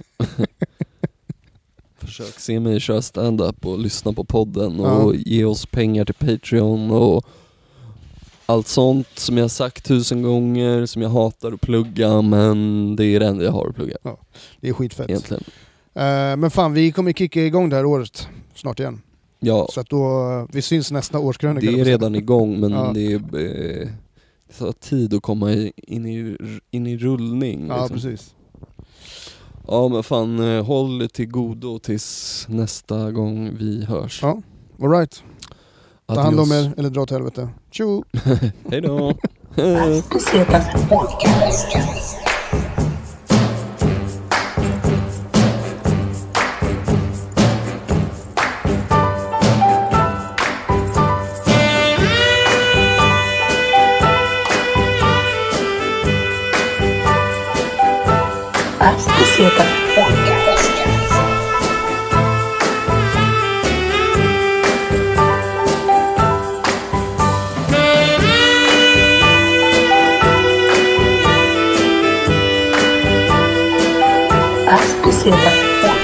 Försök se mig köra stand-up och lyssna på podden och Ja. ge oss pengar till Patreon och allt sånt som jag sagt tusen gånger, som jag hatar att plugga, men det är det enda jag har att plugga. Ja, det är skitfett. Egentligen. Eh, men fan, vi kommer kicka igång det här året snart igen. Ja, Så att då, vi syns nästa årskrönika. det är redan igång, men Ja. det är eh, det tar tid att komma i, in, i, in i rullning. Ja, liksom. precis. Ja, men fan, eh, håll till godo tills nästa gång vi hörs. Ja, all right. Ta hand om Adios. er, eller dra åt helvete. Tjo! Hej då! As Bucetas Podcast.